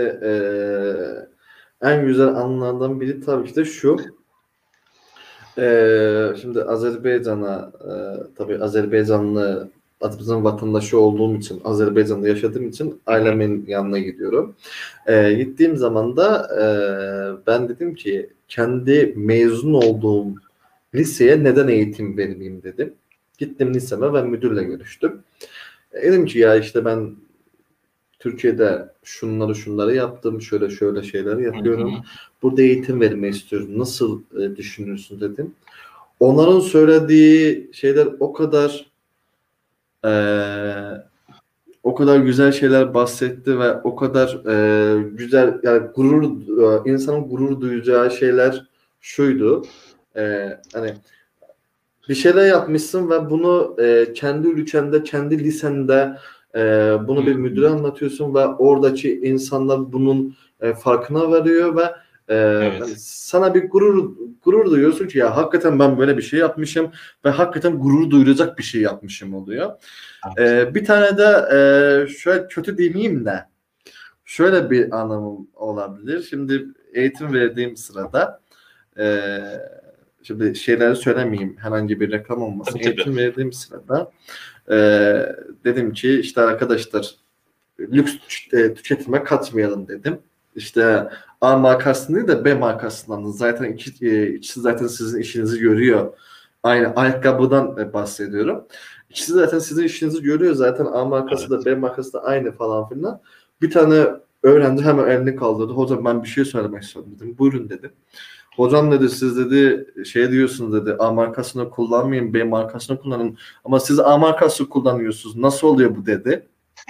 en güzel anlardan biri tabii ki de şu. Şimdi Azerbaycan'a tabii Azerbaycanlı Azerbaycan vatandaşı olduğum için, Azerbaycan'da yaşadığım için Hı hı. ailemin yanına gidiyorum. Gittiğim zaman da ben dedim ki kendi mezun olduğum liseye neden eğitim vermeyeyim dedim. Gittim liseme ve müdürle görüştüm. Dedim ki ya işte ben Türkiye'de şunları yaptım, şöyle şöyle şeyler Hı yapıyorum. hı. Burada eğitim vermeyi istiyorum. Nasıl düşünürsün dedim. Onların söylediği şeyler eee, o kadar güzel şeyler bahsetti ve o kadar güzel, yani insanın gurur duyacağı şeyler şuydu. Hani bir şeyler yapmışsın ve bunu kendi ülkende, kendi lisende Hı bunu bir müdüre hı. anlatıyorsun ve oradaki insanlar bunun farkına varıyor ve hani Evet. sana bir gurur duyuyorsun ki ya hakikaten ben böyle bir şey yapmışım ve hakikaten gurur duyulacak bir şey yapmışım oluyor. Evet. Bir tane de şöyle kötü demeyeyim de şöyle bir anımım olabilir. Şimdi eğitim verdiğim sırada ee, şimdi şeyleri söylemeyeyim, herhangi bir reklam olmasın. Tabii tabii. Eğitim verdiğim sırada e, dedim ki işte arkadaşlar lüks tüketime katmayalım dedim. İşte A markasını değil de B markasından zaten ikisi zaten sizin işinizi görüyor. Aynı ayakkabıdan bahsediyorum. İkisi zaten sizin işinizi görüyor. Zaten A markası Evet. da B markası da aynı falan filan. Bir tane öğrenci hemen elini kaldırdı. Hocam ben bir şey söylemek istiyorum dedim. Buyurun dedim. Hocam dedi siz dedi şey diyorsunuz dedi A markasını kullanmayın B markasını kullanın ama siz A markası kullanıyorsunuz nasıl oluyor bu dedi.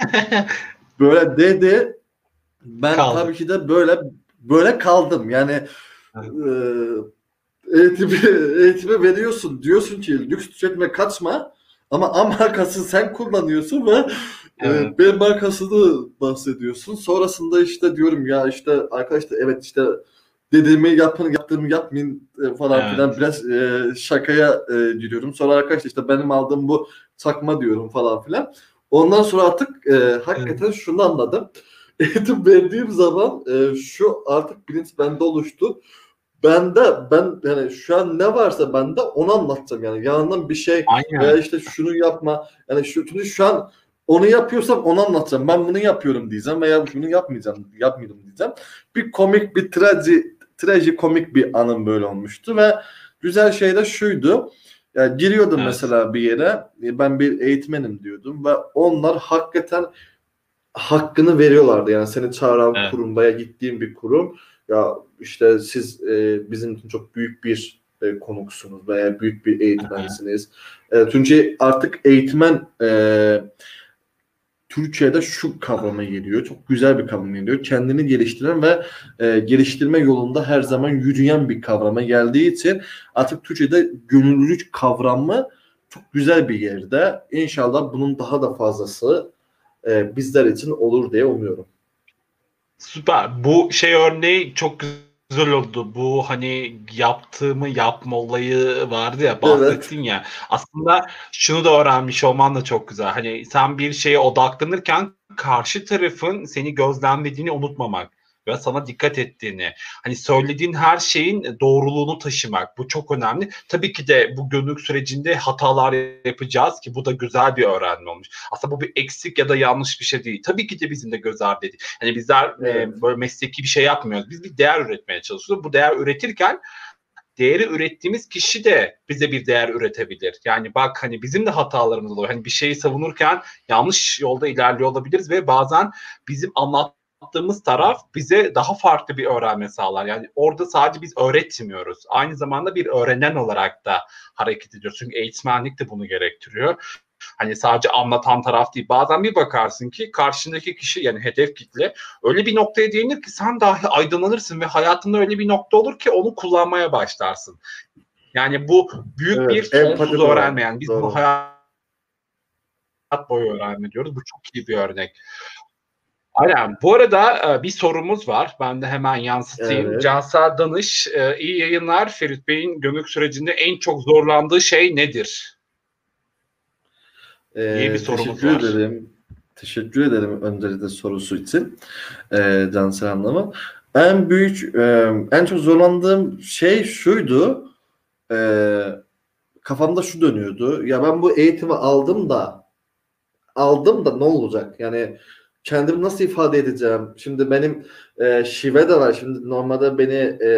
Böyle dedi ben Kaldı. tabii ki de böyle kaldım yani Evet. e, eğitimi, eğitimi veriyorsun diyorsun ki lüks tüketime kaçma ama A markası sen kullanıyorsun ve Evet. B markasını bahsediyorsun. Sonrasında işte diyorum ya işte arkadaşlar evet işte dediğimi yapın, yaptığımı yapmayın falan filan Evet. biraz şakaya giriyorum. Sonra arkadaşlar işte benim aldığım bu takma diyorum falan filan. Ondan sonra artık Evet. hakikaten şunu anladım. Eğitim verdiğim zaman şu artık bilinç bende oluştu. Ben yani şu an ne varsa bende onu anlatacağım yani yanından bir şey veya Aynen. işte şunu yapma yani şu an onu yapıyorsam onu anlatacağım. Ben bunu yapıyorum diyeceğim veya şunu yapmayacağım diyeceğim. Bir komik bir trajikomik bir anım böyle olmuştu ve güzel şey de şuydu. Yani giriyordum Evet. mesela bir yere ben bir eğitmenim diyordum ve onlar hakikaten hakkını veriyorlardı. Yani seni çağıran Evet. kurum veya gittiğin bir kurum ya işte siz bizim için çok büyük bir konuksunuz veya büyük bir eğitmensiniz. Çünkü artık eğitmen Türkiye'de şu kavrama geliyor. Çok güzel bir kavrama geliyor. Kendini geliştiren ve geliştirme yolunda her zaman yürüyen bir kavrama geldiği için artık Türkiye'de gönüllülük kavramı çok güzel bir yerde. İnşallah bunun daha da fazlası bizler için olur diye umuyorum. Süper. Bu şey örneği çok güzel oldu. Bu hani yaptığımı yapma olayı vardı ya, Evet. bahsettin ya. Aslında şunu da öğrenmiş olman da çok güzel. Hani sen bir şeye odaklanırken karşı tarafın seni gözlemlediğini unutmamak. ve sana dikkat ettiğini, hani söylediğin her şeyin doğruluğunu taşımak, bu çok önemli. Tabii ki de bu gönüllülük sürecinde hatalar yapacağız ki bu da güzel bir öğrenme olmuş. Aslında bu bir eksik ya da yanlış bir şey değil. Tabii ki de bizim de göz ardı edildi. Hani bizler Evet. böyle mesleki bir şey yapmıyoruz. Biz bir değer üretmeye çalışıyoruz. Bu değer üretirken değeri ürettiğimiz kişi de bize bir değer üretebilir. Yani bak hani bizim de hatalarımız oluyor. Hani bir şeyi savunurken yanlış yolda ilerliyor olabiliriz ve bazen bizim anlattığımız taraf bize daha farklı bir öğrenme sağlar. Yani orada sadece biz öğretmiyoruz. Aynı zamanda bir öğrenen olarak da hareket ediyoruz. Çünkü eğitmenlik de bunu gerektiriyor. Hani sadece anlatan taraf değil. Bazen bir bakarsın ki karşındaki kişi, yani hedef kitle öyle bir noktaya değinir ki sen dahi aydınlanırsın ve hayatında öyle bir nokta olur ki onu kullanmaya başlarsın. Yani bu büyük bir Evet. sonsuz Empati öğrenme. doğru. Yani biz bunu Doğru. hayat boyu öğrenme diyoruz. Bu çok iyi bir örnek. Aynen. Bu arada bir sorumuz var. Ben de hemen yansıtayım. Evet. Cansel Danış, iyi yayınlar. Ferit Bey'in gömülük sürecinde en çok zorlandığı şey nedir diye bir sorumuz Teşekkür var. ederim. Teşekkür ederim öncelikle sorusu için. Cansel Hanım'a. En büyük, en çok zorlandığım şey şuydu. E, Kafamda şu dönüyordu. Ya ben bu eğitimi aldım da ne olacak? Yani kendimi nasıl ifade edeceğim? Şimdi benim şive de var. Şimdi normalde beni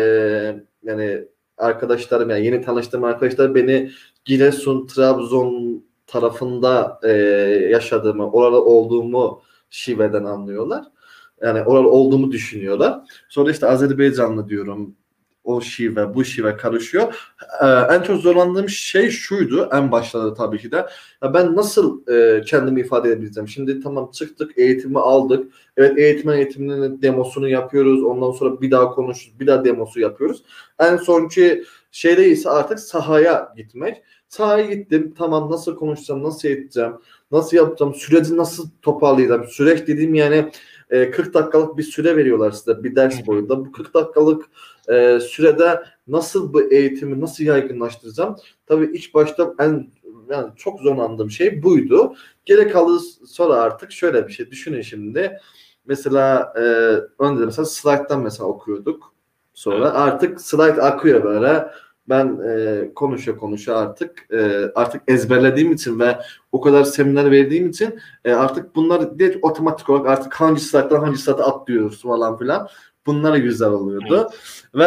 yani arkadaşlarım, yani yeni tanıştığım arkadaşlar beni Giresun, Trabzon tarafında yaşadığımı, oralı olduğumu şiveden anlıyorlar. Yani oralı olduğumu düşünüyorlar. Sonra işte Azerbaycanlı diyorum. O şive, bu şive karışıyor. En çok zorlandığım şey şuydu en başlarda tabii ki de. Ya ben nasıl kendimi ifade edebileceğim? Şimdi tamam, çıktık, eğitimi aldık. Evet, eğitiminin demosunu yapıyoruz. Ondan sonra bir daha konuşuyoruz. Bir daha demosu yapıyoruz. En sonki şeyde ise artık sahaya gitmek. Sahaya gittim. Tamam, nasıl konuşacağım? Nasıl edeceğim? Nasıl yapacağım? Süreci nasıl toparlayacağım? Süreç dediğim yani 40 dakikalık bir süre veriyorlar size bir Hı ders hı. boyunda. Bu 40 dakikalık sürede nasıl bu eğitimi nasıl yaygınlaştıracağım? Tabii ilk başta yani çok zorlandığım şey buydu. Geri kalan sonra artık şöyle bir şey düşünün şimdi. Mesela önce mesela slayttan mesela okuyorduk. Sonra Evet. artık slayt akıyor böyle. Ben konuşa konuşa artık ezberlediğim için ve o kadar seminer verdiğim için artık bunlar direkt otomatik olarak artık hangi slayttan hangi slayta atlıyoruz falan filan. Bunlar güzel oluyordu. Evet. Ve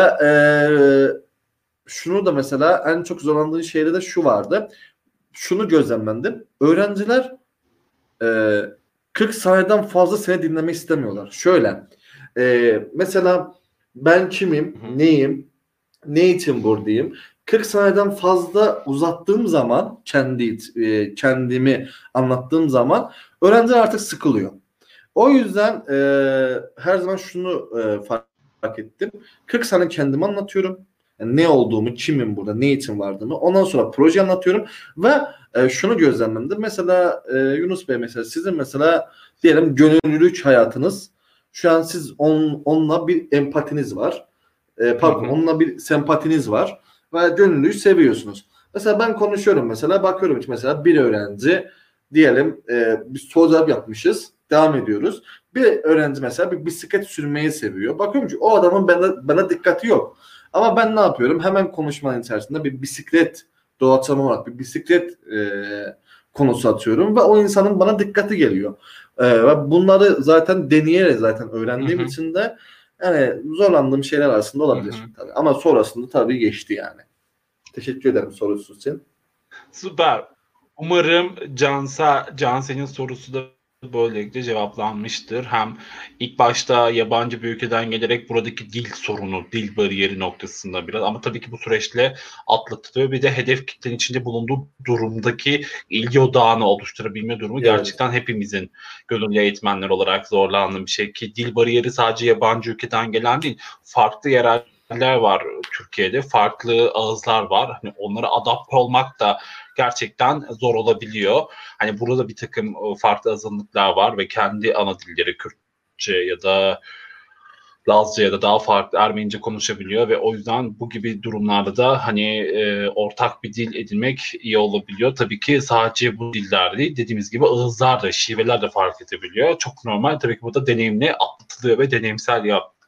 şunu da mesela en çok zorlandığı şeyde de şu vardı. Şunu gözlemlendim. Öğrenciler e, 40 saniyeden fazla seni dinlemek istemiyorlar. Şöyle mesela ben kimim, Hı hı. neyim, ne için buradayım? 40 saniyeden fazla uzattığım zaman kendimi anlattığım zaman öğrenciler artık sıkılıyor. O yüzden her zaman şunu fark ettim. 40 sene kendimi anlatıyorum. Yani ne olduğumu, kimim burada, ne için vardığımı. Ondan sonra proje anlatıyorum ve şunu gözlemledim. Mesela Yunus Bey, mesela sizin mesela diyelim gönüllülük hayatınız. Şu an siz onunla bir empatiniz var. Hı Pardon, hı. onunla bir sempatiniz var ve gönüllülüğü seviyorsunuz. Mesela ben konuşuyorum, mesela bakıyorum ki mesela bir öğrenci diyelim biz soru yapmışız, devam ediyoruz. Bir öğrenci mesela bir bisiklet sürmeyi seviyor. Bakıyorum ki o adamın bana dikkati yok. Ama ben ne yapıyorum? Hemen konuşmanın içerisinde bir bisiklet doğaçlama olarak bir bisiklet konusu atıyorum ve o insanın bana dikkati geliyor. Ve bunları zaten deneyerek zaten Hı öğrendiğim hı. için de yani zorlandığım şeyler arasında Hı hı. olabilir tabii. Ama sonrasında tabii geçti yani. Teşekkür ederim sorusu için. Süper. Umarım Cansel'in sorusu da böylelikle cevaplanmıştır. Hem ilk başta yabancı bir ülkeden gelerek buradaki dil sorunu, dil bariyeri noktasında biraz, ama tabii ki bu süreçle atlatılıyor. Bir de hedef kitlenin içinde bulunduğu durumdaki ilgi odağını oluşturabilme durumu Evet. gerçekten hepimizin gönüllü eğitmenler olarak zorlandığı bir şey ki dil bariyeri sadece yabancı ülkeden gelen değil, farklı yerler var Türkiye'de, farklı ağızlar var. Hani onlara adapte olmak da gerçekten zor olabiliyor. Hani burada bir takım farklı azınlıklar var ve kendi ana dilleri Kürtçe ya da Lazca ya da daha farklı Ermenice konuşabiliyor ve o yüzden bu gibi durumlarda da hani ortak bir dil edinmek iyi olabiliyor. Tabii ki sadece bu diller değil, dediğimiz gibi ağızlar da, şiveler de fark edebiliyor. Çok normal. Tabii ki bu da deneyimle atlatılıyor ve deneyimsel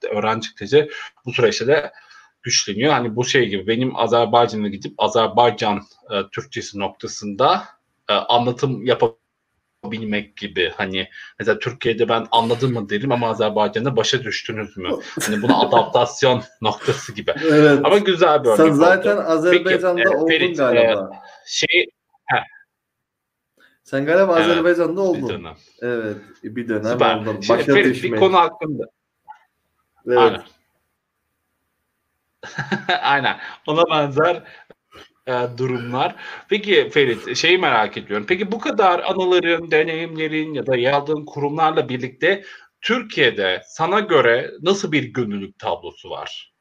öğrencikleri bu süreçte de güçleniyor. Hani bu şey gibi benim Azerbaycan'a gidip Azerbaycan Türkçesi noktasında anlatım yapabilmek gibi. Hani mesela Türkiye'de ben anladım mı derim ama Azerbaycan'da başa düştünüz mü? Hani buna adaptasyon noktası gibi. Evet. Ama güzel bir Sen örnek zaten oldu. Peki Azerbaycan'da oldun Ferit galiba. şey heh, Sen galiba evet Azerbaycan'da bir oldun. dönem. Evet, bir dönem Süper. oldun. Şimdi Başa Ferit bir konu düşmek. hakkında. Aynen. Evet. Aynen. Ona benzer durumlar. Peki Ferit, şeyi merak ediyorum. Peki bu kadar anıların, deneyimlerin ya da yer aldığın kurumlarla birlikte Türkiye'de sana göre nasıl bir gönüllülük tablosu var?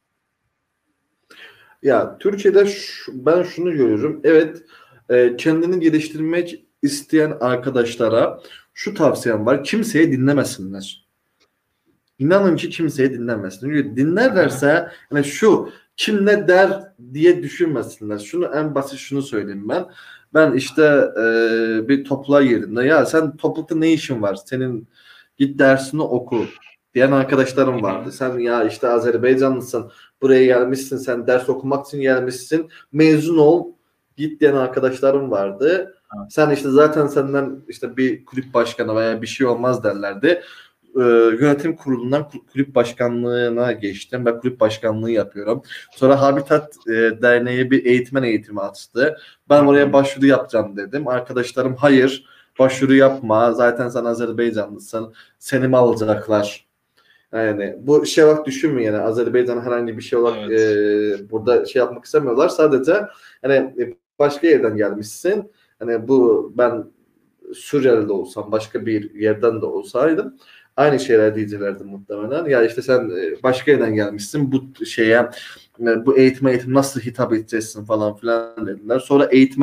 Ya Türkiye'de ben şunu görüyorum. Evet, kendini geliştirmek isteyen arkadaşlara şu tavsiyem var. Kimseye dinlemesinler. İnanın ki kimseye dinlemesin. Çünkü Aha. dinlerlerse yani şu kim ne der diye düşünmesinler. Şunu en basit şunu söyleyeyim ben. Ben işte bir topluluğa girdiğimde ya sen toplulukta ne işin var? Senin git dersini oku diyen arkadaşlarım Hı hı. vardı. Sen ya işte Azerbaycanlısın. Buraya gelmişsin. Sen ders okumak için gelmişsin. Mezun ol. Git diyen arkadaşlarım vardı. Sen işte zaten senden işte bir kulüp başkanı veya bir şey olmaz derlerdi. Yönetim kurulundan kulüp başkanlığına geçtim. Ben kulüp başkanlığı yapıyorum. Sonra Habitat Derneği bir eğitmen eğitimi açtı. Hı Ben oraya hı. başvuru yapacağım dedim. Arkadaşlarım hayır başvuru yapma. Zaten sen Azerbaycanlısın. Seni mi alacaklar? Yani bu şey olarak düşünmeyin yani Azerbaycan herhangi bir şey olarak Evet. burada şey yapmak istemiyorlar. Sadece hani başka yerden gelmişsin. Hani bu ben Suriyeli'de olsam başka bir yerden de olsaydım aynı şeyler diyeceklerdi muhtemelen. Ya işte sen başka yerden gelmişsin bu şeye bu eğitim nasıl hitap edeceksin falan filan dediler. Sonra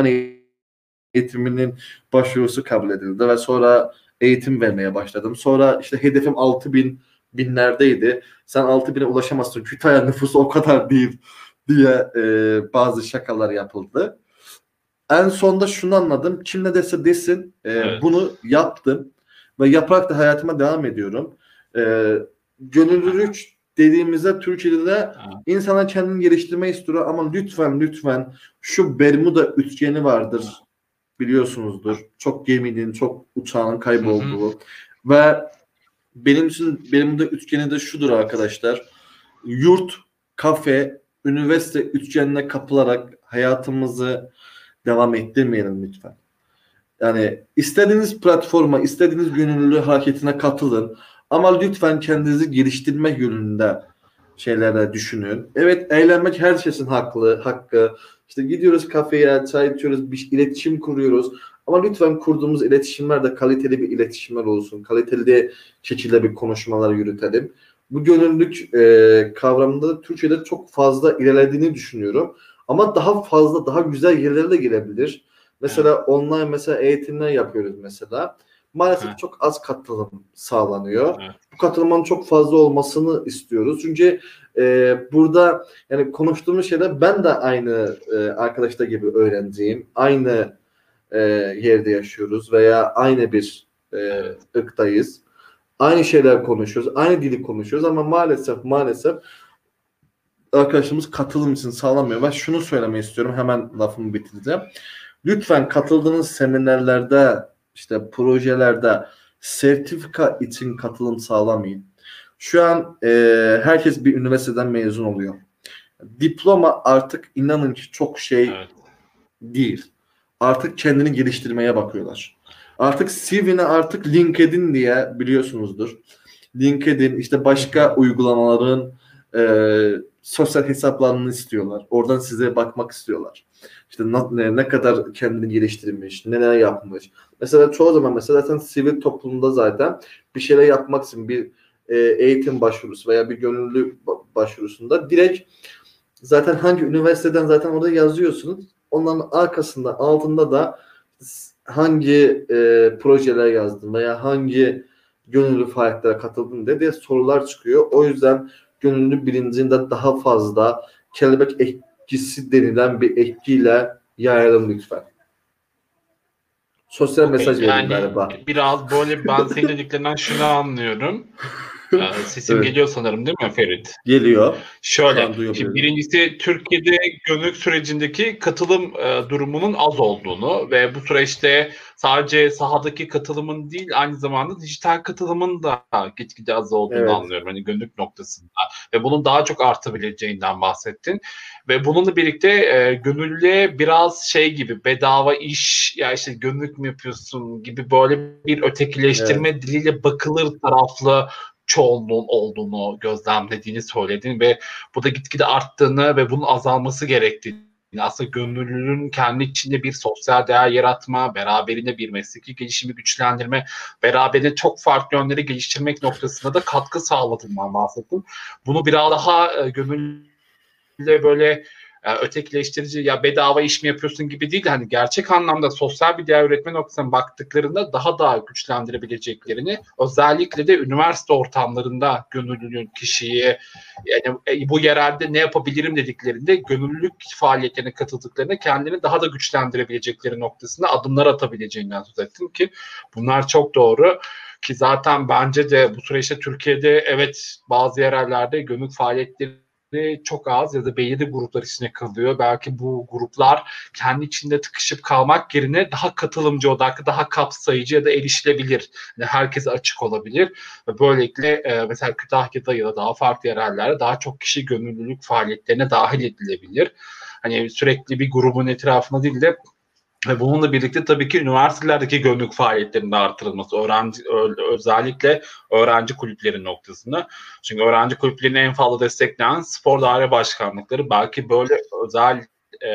eğitiminin başvurusu kabul edildi ve sonra eğitim vermeye başladım. Sonra işte hedefim 6.000 binlerdeydi. Sen 6.000'e ulaşamazsın. Kütahya nüfusu o kadar değil diye bazı şakalar yapıldı. En sonda şunu anladım. Kim ne dese desin Evet. bunu yaptım ve yaparak da hayatıma devam ediyorum. E, Gönüllülük dediğimizde Türkiye'de de Evet. insana kendini geliştirmeyi istiyor ama lütfen şu Bermuda üçgeni vardır biliyorsunuzdur. Çok geminin, çok uçağın Hı hı. kaybolduğu ve benim için Bermuda üçgeni de şudur arkadaşlar. Yurt, kafe, üniversite üçgenine kapılarak hayatımızı devam ettirmeyelim lütfen. Yani istediğiniz platforma, istediğiniz gönüllü hareketine katılın. Ama lütfen kendinizi geliştirme yönünde şeylere düşünün. Evet eğlenmek her şeyin hakkı. İşte gidiyoruz kafeye, çay içiyoruz, bir iletişim kuruyoruz. Ama lütfen kurduğumuz iletişimler de kaliteli bir iletişimler olsun. Kaliteli de şekilde bir konuşmalar yürütelim. Bu gönüllülük kavramında da Türkiye'de çok fazla ilerlediğini düşünüyorum. Ama daha fazla, daha güzel yerlere de girebilir. Evet. Mesela online mesela eğitimler yapıyoruz mesela. Maalesef Heh. çok az katılım sağlanıyor. Evet. Bu katılımın çok fazla olmasını istiyoruz. Çünkü burada yani konuştuğumuz şeyler ben de aynı arkadaşlar gibi öğrenciyim. Aynı yerde yaşıyoruz veya aynı bir Evet. ırktayız. Aynı şeyler konuşuyoruz. Aynı dili konuşuyoruz ama maalesef arkadaşlarımız katılım için sağlamıyor. Ben şunu söylemek istiyorum. Hemen lafımı bitireceğim. Lütfen katıldığınız seminerlerde, işte projelerde sertifika için katılım sağlamayın. Şu an herkes bir üniversiteden mezun oluyor. Diploma artık inanın ki çok şey Evet. değil. Artık kendini geliştirmeye bakıyorlar. Artık CV'ne artık LinkedIn diye biliyorsunuzdur. LinkedIn işte Hı hı. başka uygulamaların sosyal hesaplarını istiyorlar. Oradan size bakmak istiyorlar. İşte ne kadar kendini geliştirmiş, neler yapmış. Mesela çoğu zaman mesela zaten sivil toplumda zaten bir şeyler yapmak için bir eğitim başvurusu veya bir gönüllü başvurusunda direkt zaten hangi üniversiteden zaten orada yazıyorsunuz. Onların arkasında altında da hangi projeler yazdın veya hangi gönüllü faaliyetlere katıldın diye sorular çıkıyor. O yüzden gönüllü bilincinde daha fazla kelebek etkisi denilen bir etkiyle yayalım lütfen. Sosyal Okey. mesaj vereyim Yani galiba. biraz böyle ben senin dediklerinden şunu anlıyorum. Sesim Evet. geliyor sanırım değil mi Ferit? Geliyor. Şu Şöyle, an şimdi duyabiliyorum. birincisi Türkiye'de gönüllülük sürecindeki katılım durumunun az olduğunu ve bu süreçte sadece sahadaki katılımın değil aynı zamanda dijital katılımın da gitgide az olduğunu Evet. anlıyorum. Hani gönüllülük noktasında ve bunun daha çok artabileceğinden bahsettin. Ve bununla birlikte gönüllüye biraz şey gibi bedava iş ya işte gönüllülük mü yapıyorsun gibi böyle bir Evet. ötekileştirme diliyle bakılır taraflı çoğunluğun olduğunu gözlemlediğini söyledin ve bu da gitgide arttığını ve bunun azalması gerektiğini, aslında gönüllülüğün kendi içinde bir sosyal değer yaratma, beraberinde bir mesleki gelişimi güçlendirme, beraberinde çok farklı yönleri geliştirmek noktasında da katkı sağladığından bahsettim. Bunu biraz daha gönüllü böyle ötekileştirici ya bedava iş mi yapıyorsun gibi değil de hani gerçek anlamda sosyal bir değer üretme noktasına baktıklarında daha da güçlendirebileceklerini özellikle de üniversite ortamlarında gönüllülüğün kişiyi yani bu yerelde ne yapabilirim dediklerinde gönüllülük faaliyetlerine katıldıklarında kendini daha da güçlendirebilecekleri noktasında adımlar atabileceğinden söz ettim ki bunlar çok doğru ki zaten bence de bu süreçte Türkiye'de evet bazı yerellerde gönüllülük faaliyetleri çok az ya da belirli gruplar içine kalıyor. Belki bu gruplar kendi içinde tıkışıp kalmak yerine daha katılımcı odaklı, daha kapsayıcı ya da erişilebilir. Yani herkese açık olabilir. Ve böylelikle mesela Kütahya'da ya da daha farklı yerellerde daha çok kişi gönüllülük faaliyetlerine dahil edilebilir. Hani sürekli bir grubun etrafında değil de ve bununla birlikte tabii ki üniversitelerdeki gönüllülük faaliyetlerinin artırılması, özellikle öğrenci kulüpleri noktasında. Çünkü öğrenci kulüplerini en fazla destekleyen spor daire başkanlıkları belki böyle özel e,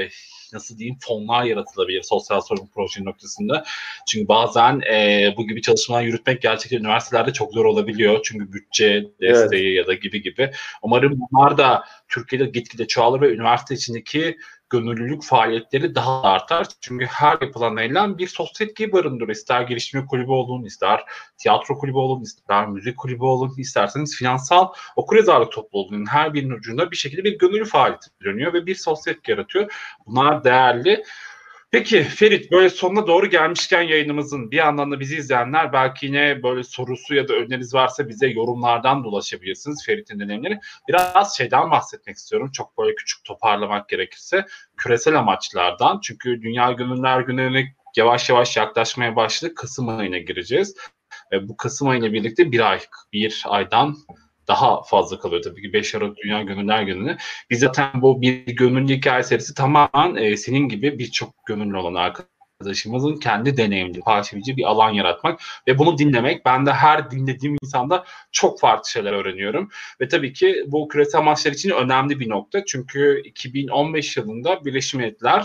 nasıl diyeyim fonlar yaratılabilir sosyal sorumluluk proje noktasında. Çünkü bazen bu gibi çalışmalar yürütmek gerçekten üniversitelerde çok zor olabiliyor. Çünkü bütçe Evet. desteği ya da gibi gibi. Umarım bunlar da Türkiye'de gitgide çoğalır ve üniversite içindeki gönüllülük faaliyetleri daha artar. Çünkü her yapılan eylem bir sosyetkiyi barındırır. İster geliştirme kulübü olun, ister tiyatro kulübü olun, ister müzik kulübü olun, isterseniz finansal okuryazarlık topluluğunun her birinin ucunda bir şekilde bir gönüllü faaliyeti dönüyor ve bir sosyetki yaratıyor. Bunlar değerli. Peki Ferit böyle sonuna doğru gelmişken yayınımızın bir yandan da bizi izleyenler belki yine böyle sorusu ya da öneriniz varsa bize yorumlardan da ulaşabilirsiniz Ferit'in deneyimleri. Biraz şeyden bahsetmek istiyorum çok böyle küçük toparlamak gerekirse küresel amaçlardan çünkü Dünya Gönüllüler Günü'ne yavaş yavaş yaklaşmaya başladık. Kasım ayına gireceğiz. Ve bu Kasım ayıyla birlikte bir aydan daha fazla kalıyor tabii ki 5 Aralık Dünya Gönüllüler Günü'ne. Biz zaten bu bir gönüllü hikaye serisi tamamen senin gibi birçok gönüllü olan arkadaşımızın kendi deneyimli, paylaşabileceği bir alan yaratmak ve bunu dinlemek. Ben de her dinlediğim insanda çok farklı şeyler öğreniyorum. Ve tabii ki bu küresel amaçlar için önemli bir nokta. Çünkü 2015 yılında Birleşmiş Milletler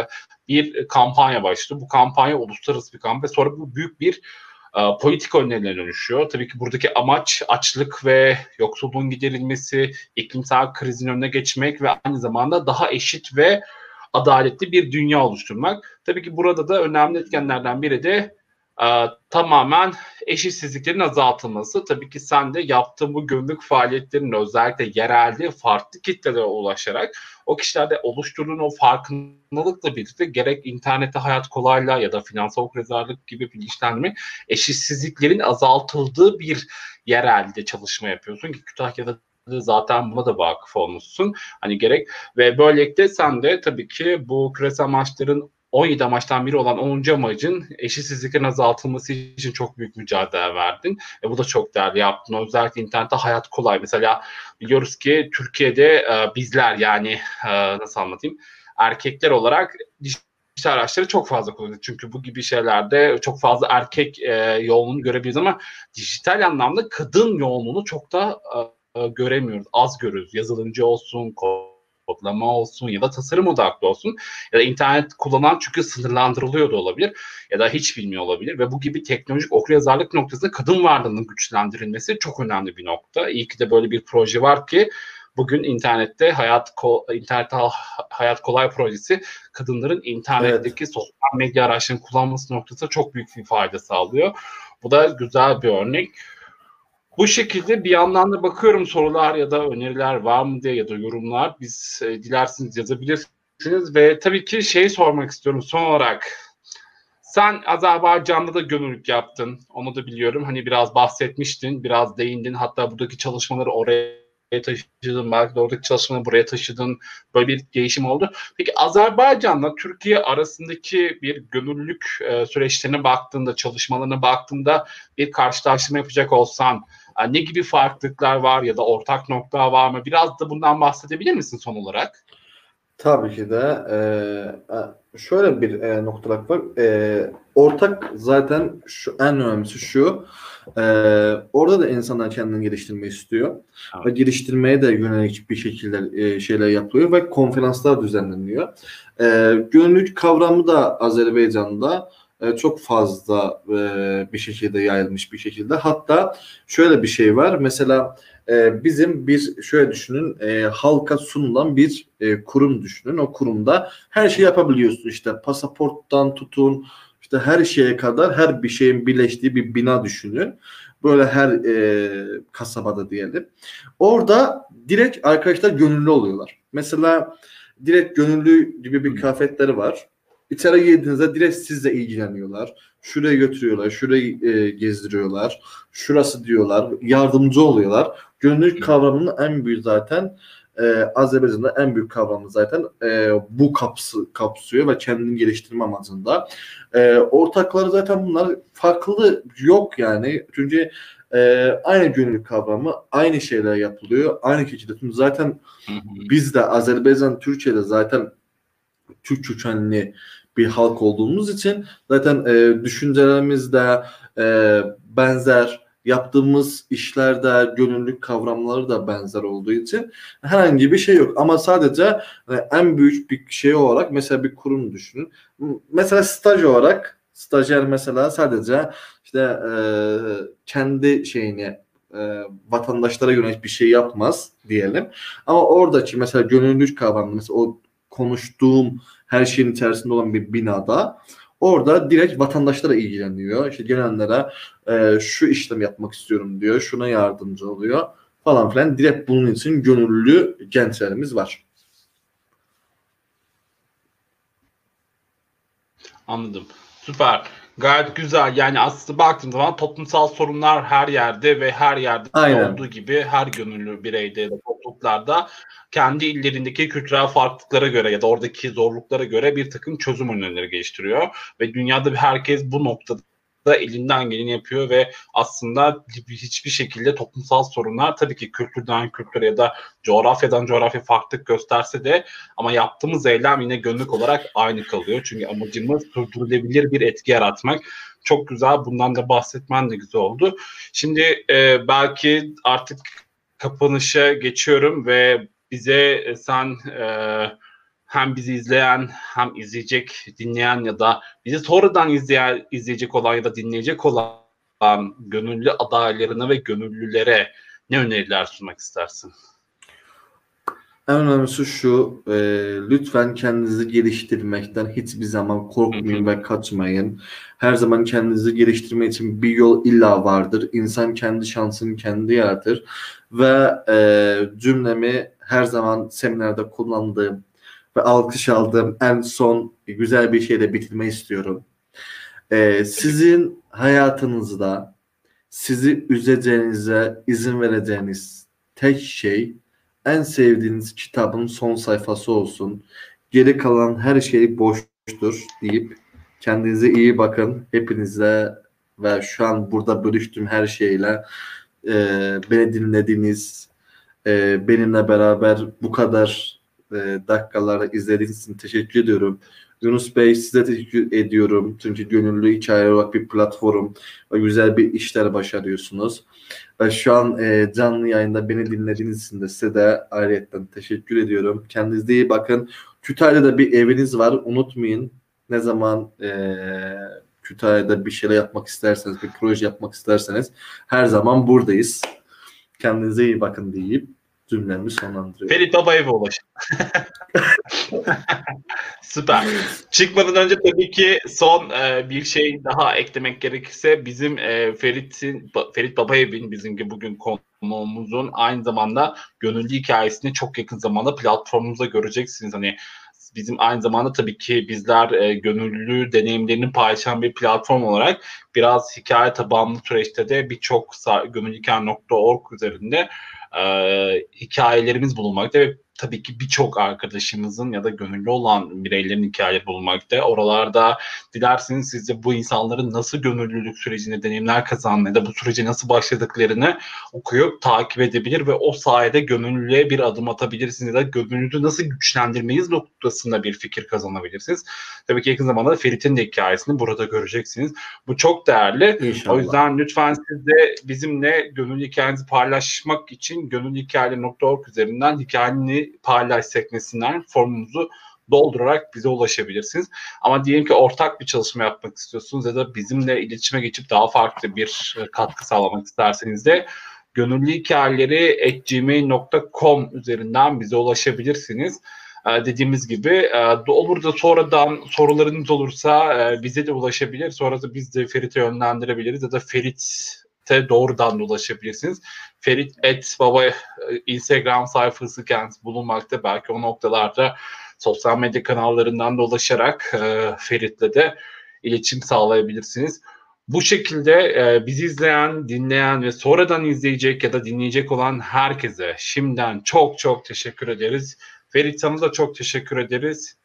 bir kampanya başladı. Bu kampanya uluslararası bir kampanya. Sonra bu büyük bir politika önerilerine dönüşüyor. Tabii ki buradaki amaç açlık ve yoksulluğun giderilmesi, iklimsel krizin önüne geçmek ve aynı zamanda daha eşit ve adaletli bir dünya oluşturmak. Tabii ki burada da önemli etkenlerden biri de tamamen eşitsizliklerin azaltılması. Tabii ki sen de yaptığın bu gönüllülük faaliyetlerinin özellikle yerelde farklı kitlelere ulaşarak o kişilerde oluşturduğun o farkındalıkla birlikte gerek internette hayat kolaylığa ya da finansal okuryazarlık gibi bilinçlenme eşitsizliklerin azaltıldığı bir yerelde çalışma yapıyorsun ki Kütahya'da zaten buna da vakıf olmuşsun. Hani gerek ve böylelikle sen de tabii ki bu küresel amaçların 17 amaçtan biri olan 10. amacın eşitsizliklerin azaltılması için çok büyük mücadele verdin. Bu da çok değerli yaptın. Özellikle internette hayat kolay. Mesela biliyoruz ki Türkiye'de bizler yani nasıl anlatayım erkekler olarak dijital araçları çok fazla kullanıyoruz. Çünkü bu gibi şeylerde çok fazla erkek yoğunluğunu görebiliriz ama dijital anlamda kadın yoğunluğunu çok da göremiyoruz. Az görüyoruz. Yazılımcı olsun, kodlama olsun ya da tasarım odaklı olsun ya da internet kullanan çünkü sınırlandırılıyor da olabilir ya da hiç bilmiyor olabilir ve bu gibi teknolojik okuryazarlık noktasında kadın varlığının güçlendirilmesi çok önemli bir nokta. İyi ki de böyle bir proje var ki bugün internette hayat kolay projesi kadınların Evet. internetteki sosyal medya araçlarını kullanması noktasında çok büyük bir fayda sağlıyor. Bu da güzel bir örnek. Bu şekilde bir yandan da bakıyorum sorular ya da öneriler var mı diye ya da yorumlar. Biz dilerseniz yazabilirsiniz ve tabii ki şey sormak istiyorum son olarak. Sen Azerbaycan'da da gönüllülük yaptın. Onu da biliyorum. Hani biraz bahsetmiştin, biraz değindin. Hatta buradaki çalışmaları oraya taşıdın. Belki de oradaki çalışmaları buraya taşıdın. Böyle bir değişim oldu. Peki Azerbaycan'la Türkiye arasındaki bir gönüllülük süreçlerine baktığında, çalışmalarına baktığında bir karşılaştırma yapacak olsan ne gibi farklılıklar var ya da ortak nokta var mı? Biraz da bundan bahsedebilir misin son olarak? Tabii ki de şöyle bir noktalar var. Ortak zaten şu en önemlisi şu. e, Orada da insanlar kendini geliştirmeyi istiyor. Evet. Ve geliştirmeye de yönelik bir şekilde şeyler yapılıyor ve konferanslar düzenleniyor. Gönüllülük kavramı da Azerbaycan'da çok fazla bir şekilde yayılmış bir şekilde. Hatta şöyle bir şey var. Mesela bizim bir şöyle düşünün halka sunulan bir kurum düşünün. O kurumda her şeyi yapabiliyorsun. İşte pasaporttan tutun işte her şeye kadar her bir şeyin birleştiği bir bina düşünün. Böyle her kasabada diyelim. Orada direkt arkadaşlar gönüllü oluyorlar. Mesela direkt gönüllü gibi bir kıyafetleri var. İçeri girdiğinizde direkt sizle ilgileniyorlar. Şuraya götürüyorlar, şurayı gezdiriyorlar. Şurası diyorlar, yardımcı oluyorlar. Gönüllülük kavramının en büyük zaten Azerbaycan'da en büyük kavramı zaten bu kapsıyor ve kendini geliştirme amacında. Ortakları zaten bunlar farklı yok yani. Çünkü aynı gönüllülük kavramı, aynı şeyler yapılıyor. Aynı şekilde. Zaten biz de Azerbaycan, Türkiye'de zaten Türk kökenli bir halk olduğumuz için zaten düşüncelerimiz de benzer, yaptığımız işlerde gönüllülük kavramları da benzer olduğu için herhangi bir şey yok. Ama sadece en büyük bir şey olarak mesela bir kurum düşünün. Mesela staj olarak stajyer mesela sadece işte kendi şeyini vatandaşlara yönelik bir şey yapmaz diyelim. Ama oradaki mesela gönüllülük kavramı mesela o konuştuğum her şeyin içerisinde olan bir binada orada direkt vatandaşlara ilgileniyor. İşte gelenlere şu işlem yapmak istiyorum diyor. Şuna yardımcı oluyor falan filan. Direkt bunun için gönüllü gençlerimiz var. Anladım. Süper. Gayet güzel. Yani aslında baktığım zaman toplumsal sorunlar her yerde ve her yerde olduğu Aynen. gibi her gönüllü bireyde ya da topluluklarda kendi illerindeki kültürel farklılıklara göre ya da oradaki zorluklara göre bir takım çözüm önerileri geliştiriyor. Ve dünyada herkes bu noktada elinden geleni yapıyor ve aslında hiçbir şekilde toplumsal sorunlar tabii ki kültürden kültüre ya da coğrafyadan coğrafya farklılık gösterse de ama yaptığımız eylem yine gönüllülük olarak aynı kalıyor. Çünkü amacımız sürdürülebilir bir etki yaratmak. Çok güzel. Bundan da bahsetmen de güzel oldu. Şimdi belki artık kapanışa geçiyorum ve bize sen hem bizi izleyen hem izleyecek, dinleyen ya da bizi sonradan izleyecek olan ya da dinleyecek olan gönüllü adaylarına ve gönüllülere ne öneriler sunmak istersin? En önemlisi şu, lütfen kendinizi geliştirmekten hiçbir zaman korkmayın ve kaçmayın. Her zaman kendinizi geliştirmek için bir yol illa vardır. İnsan kendi şansını kendi yaratır. Ve cümlemi her zaman seminerde kullandığım ve alkış aldığım en son güzel bir şeyle bitirmeyi istiyorum. Sizin hayatınızda sizi üzeceğinize izin vereceğiniz tek şey en sevdiğiniz kitabın son sayfası olsun. Geri kalan her şey boştur deyip kendinize iyi bakın. Hepinize ve şu an burada bölüştüğüm her şeyle beni dinlediğiniz, benimle beraber bu kadar dakikalarda izlediğiniz için teşekkür ediyorum. Yunus Bey size teşekkür ediyorum. Çünkü gönüllü hikaye olarak bir platform ve güzel bir işler başarıyorsunuz. Ve şu an canlı yayında beni dinlediğiniz için de size de ayrıyetten teşekkür ediyorum. Kendinize iyi bakın. Kütahya'da bir eviniz var. Unutmayın. Ne zaman Kütahya'da bir şeyler yapmak isterseniz, bir proje yapmak isterseniz her zaman buradayız. Kendinize iyi bakın deyip cümlemi sonlandırıyorum. Ferit Baba'ya ulaşın. Süper. Çıkmadan önce tabii ki son bir şey daha eklemek gerekirse bizim Ferit Babayev'in bizimki bugün konuğumuzun aynı zamanda gönüllü hikayesini çok yakın zamanda platformumuzda göreceksiniz. Hani bizim aynı zamanda tabii ki bizler gönüllü deneyimlerini paylaşan bir platform olarak biraz hikaye tabanlı süreçte de birçok gönüllühikaye.org üzerinde hikayelerimiz bulunmakta ve tabii ki birçok arkadaşımızın ya da gönüllü olan bireylerin hikayeleri bulunmakta. Oralarda dilerseniz siz de bu insanların nasıl gönüllülük sürecinde deneyimler kazandığını ya da bu sürece nasıl başladıklarını okuyup takip edebilir ve o sayede gönüllülüğe bir adım atabilirsiniz ya da gönüllülüğü nasıl güçlendirmeyiz noktasında bir fikir kazanabilirsiniz. Tabii ki yakın zamanda Ferit'in de hikayesini burada göreceksiniz. Bu çok değerli. İnşallah. O yüzden lütfen siz de bizimle gönüllü hikayenizi paylaşmak için gönüllühikayeleri.org üzerinden hikayeni paylaş sekmesinden formumuzu doldurarak bize ulaşabilirsiniz. Ama diyelim ki ortak bir çalışma yapmak istiyorsunuz ya da bizimle iletişime geçip daha farklı bir katkı sağlamak isterseniz de gönüllühikayeleri@gmail.com üzerinden bize ulaşabilirsiniz. Dediğimiz gibi olur da sonradan sorularınız olursa bize de ulaşabilir. Sonra da biz de Ferit'e yönlendirebiliriz ya da Ferit'e doğrudan da ulaşabilirsiniz. Ferit @baba Instagram sayfası kendisi bulunmakta. Belki o noktalarda sosyal medya kanallarından da ulaşarak Ferit'le de iletişim sağlayabilirsiniz. Bu şekilde bizi izleyen, dinleyen ve sonradan izleyecek ya da dinleyecek olan herkese şimdiden çok çok teşekkür ederiz. Ferit, sana da çok teşekkür ederiz.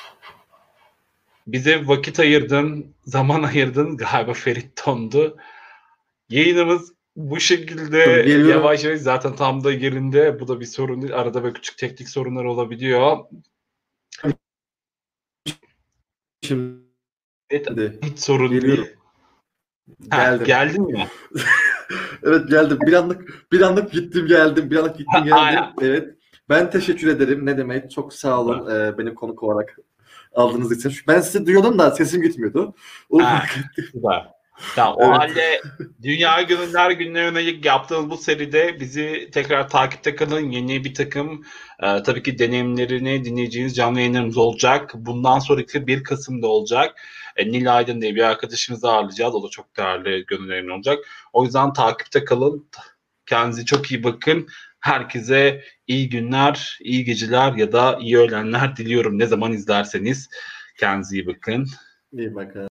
Bize vakit ayırdın, zaman ayırdın. Galiba Ferit dondu. Yayınımız bu şekilde yavaş yavaş zaten tam da yerinde. Bu da bir sorun değil. Arada böyle küçük teknik sorunlar olabiliyor. Şimdi hiç sorun geliyorum. değil. Geldim. Geldin mi? Evet, geldim. Bir anlık gittim geldim. Bir anlık gittim geldim. Evet. Ben teşekkür ederim. Ne demek? Çok sağ olun beni konuk olarak aldığınız için. Ben sizi duyuyordum da sesim gitmiyordu. Süper. Tamam, o halde Dünya Gönüllüler Günü'ne yönelik yaptığımız bu seride bizi tekrar takipte kalın. Yeni bir takım tabii ki deneyimlerini dinleyeceğiniz canlı yayınlarımız olacak. Bundan sonraki 1 Kasım'da olacak. Nil Aydın diye bir arkadaşımızı ağırlayacağız. O da çok değerli gönüllerin olacak. O yüzden takipte kalın. Kendinize çok iyi bakın. Herkese iyi günler, iyi geceler ya da iyi öğlenler diliyorum. Ne zaman izlerseniz kendinize iyi bakın. İyi bakın.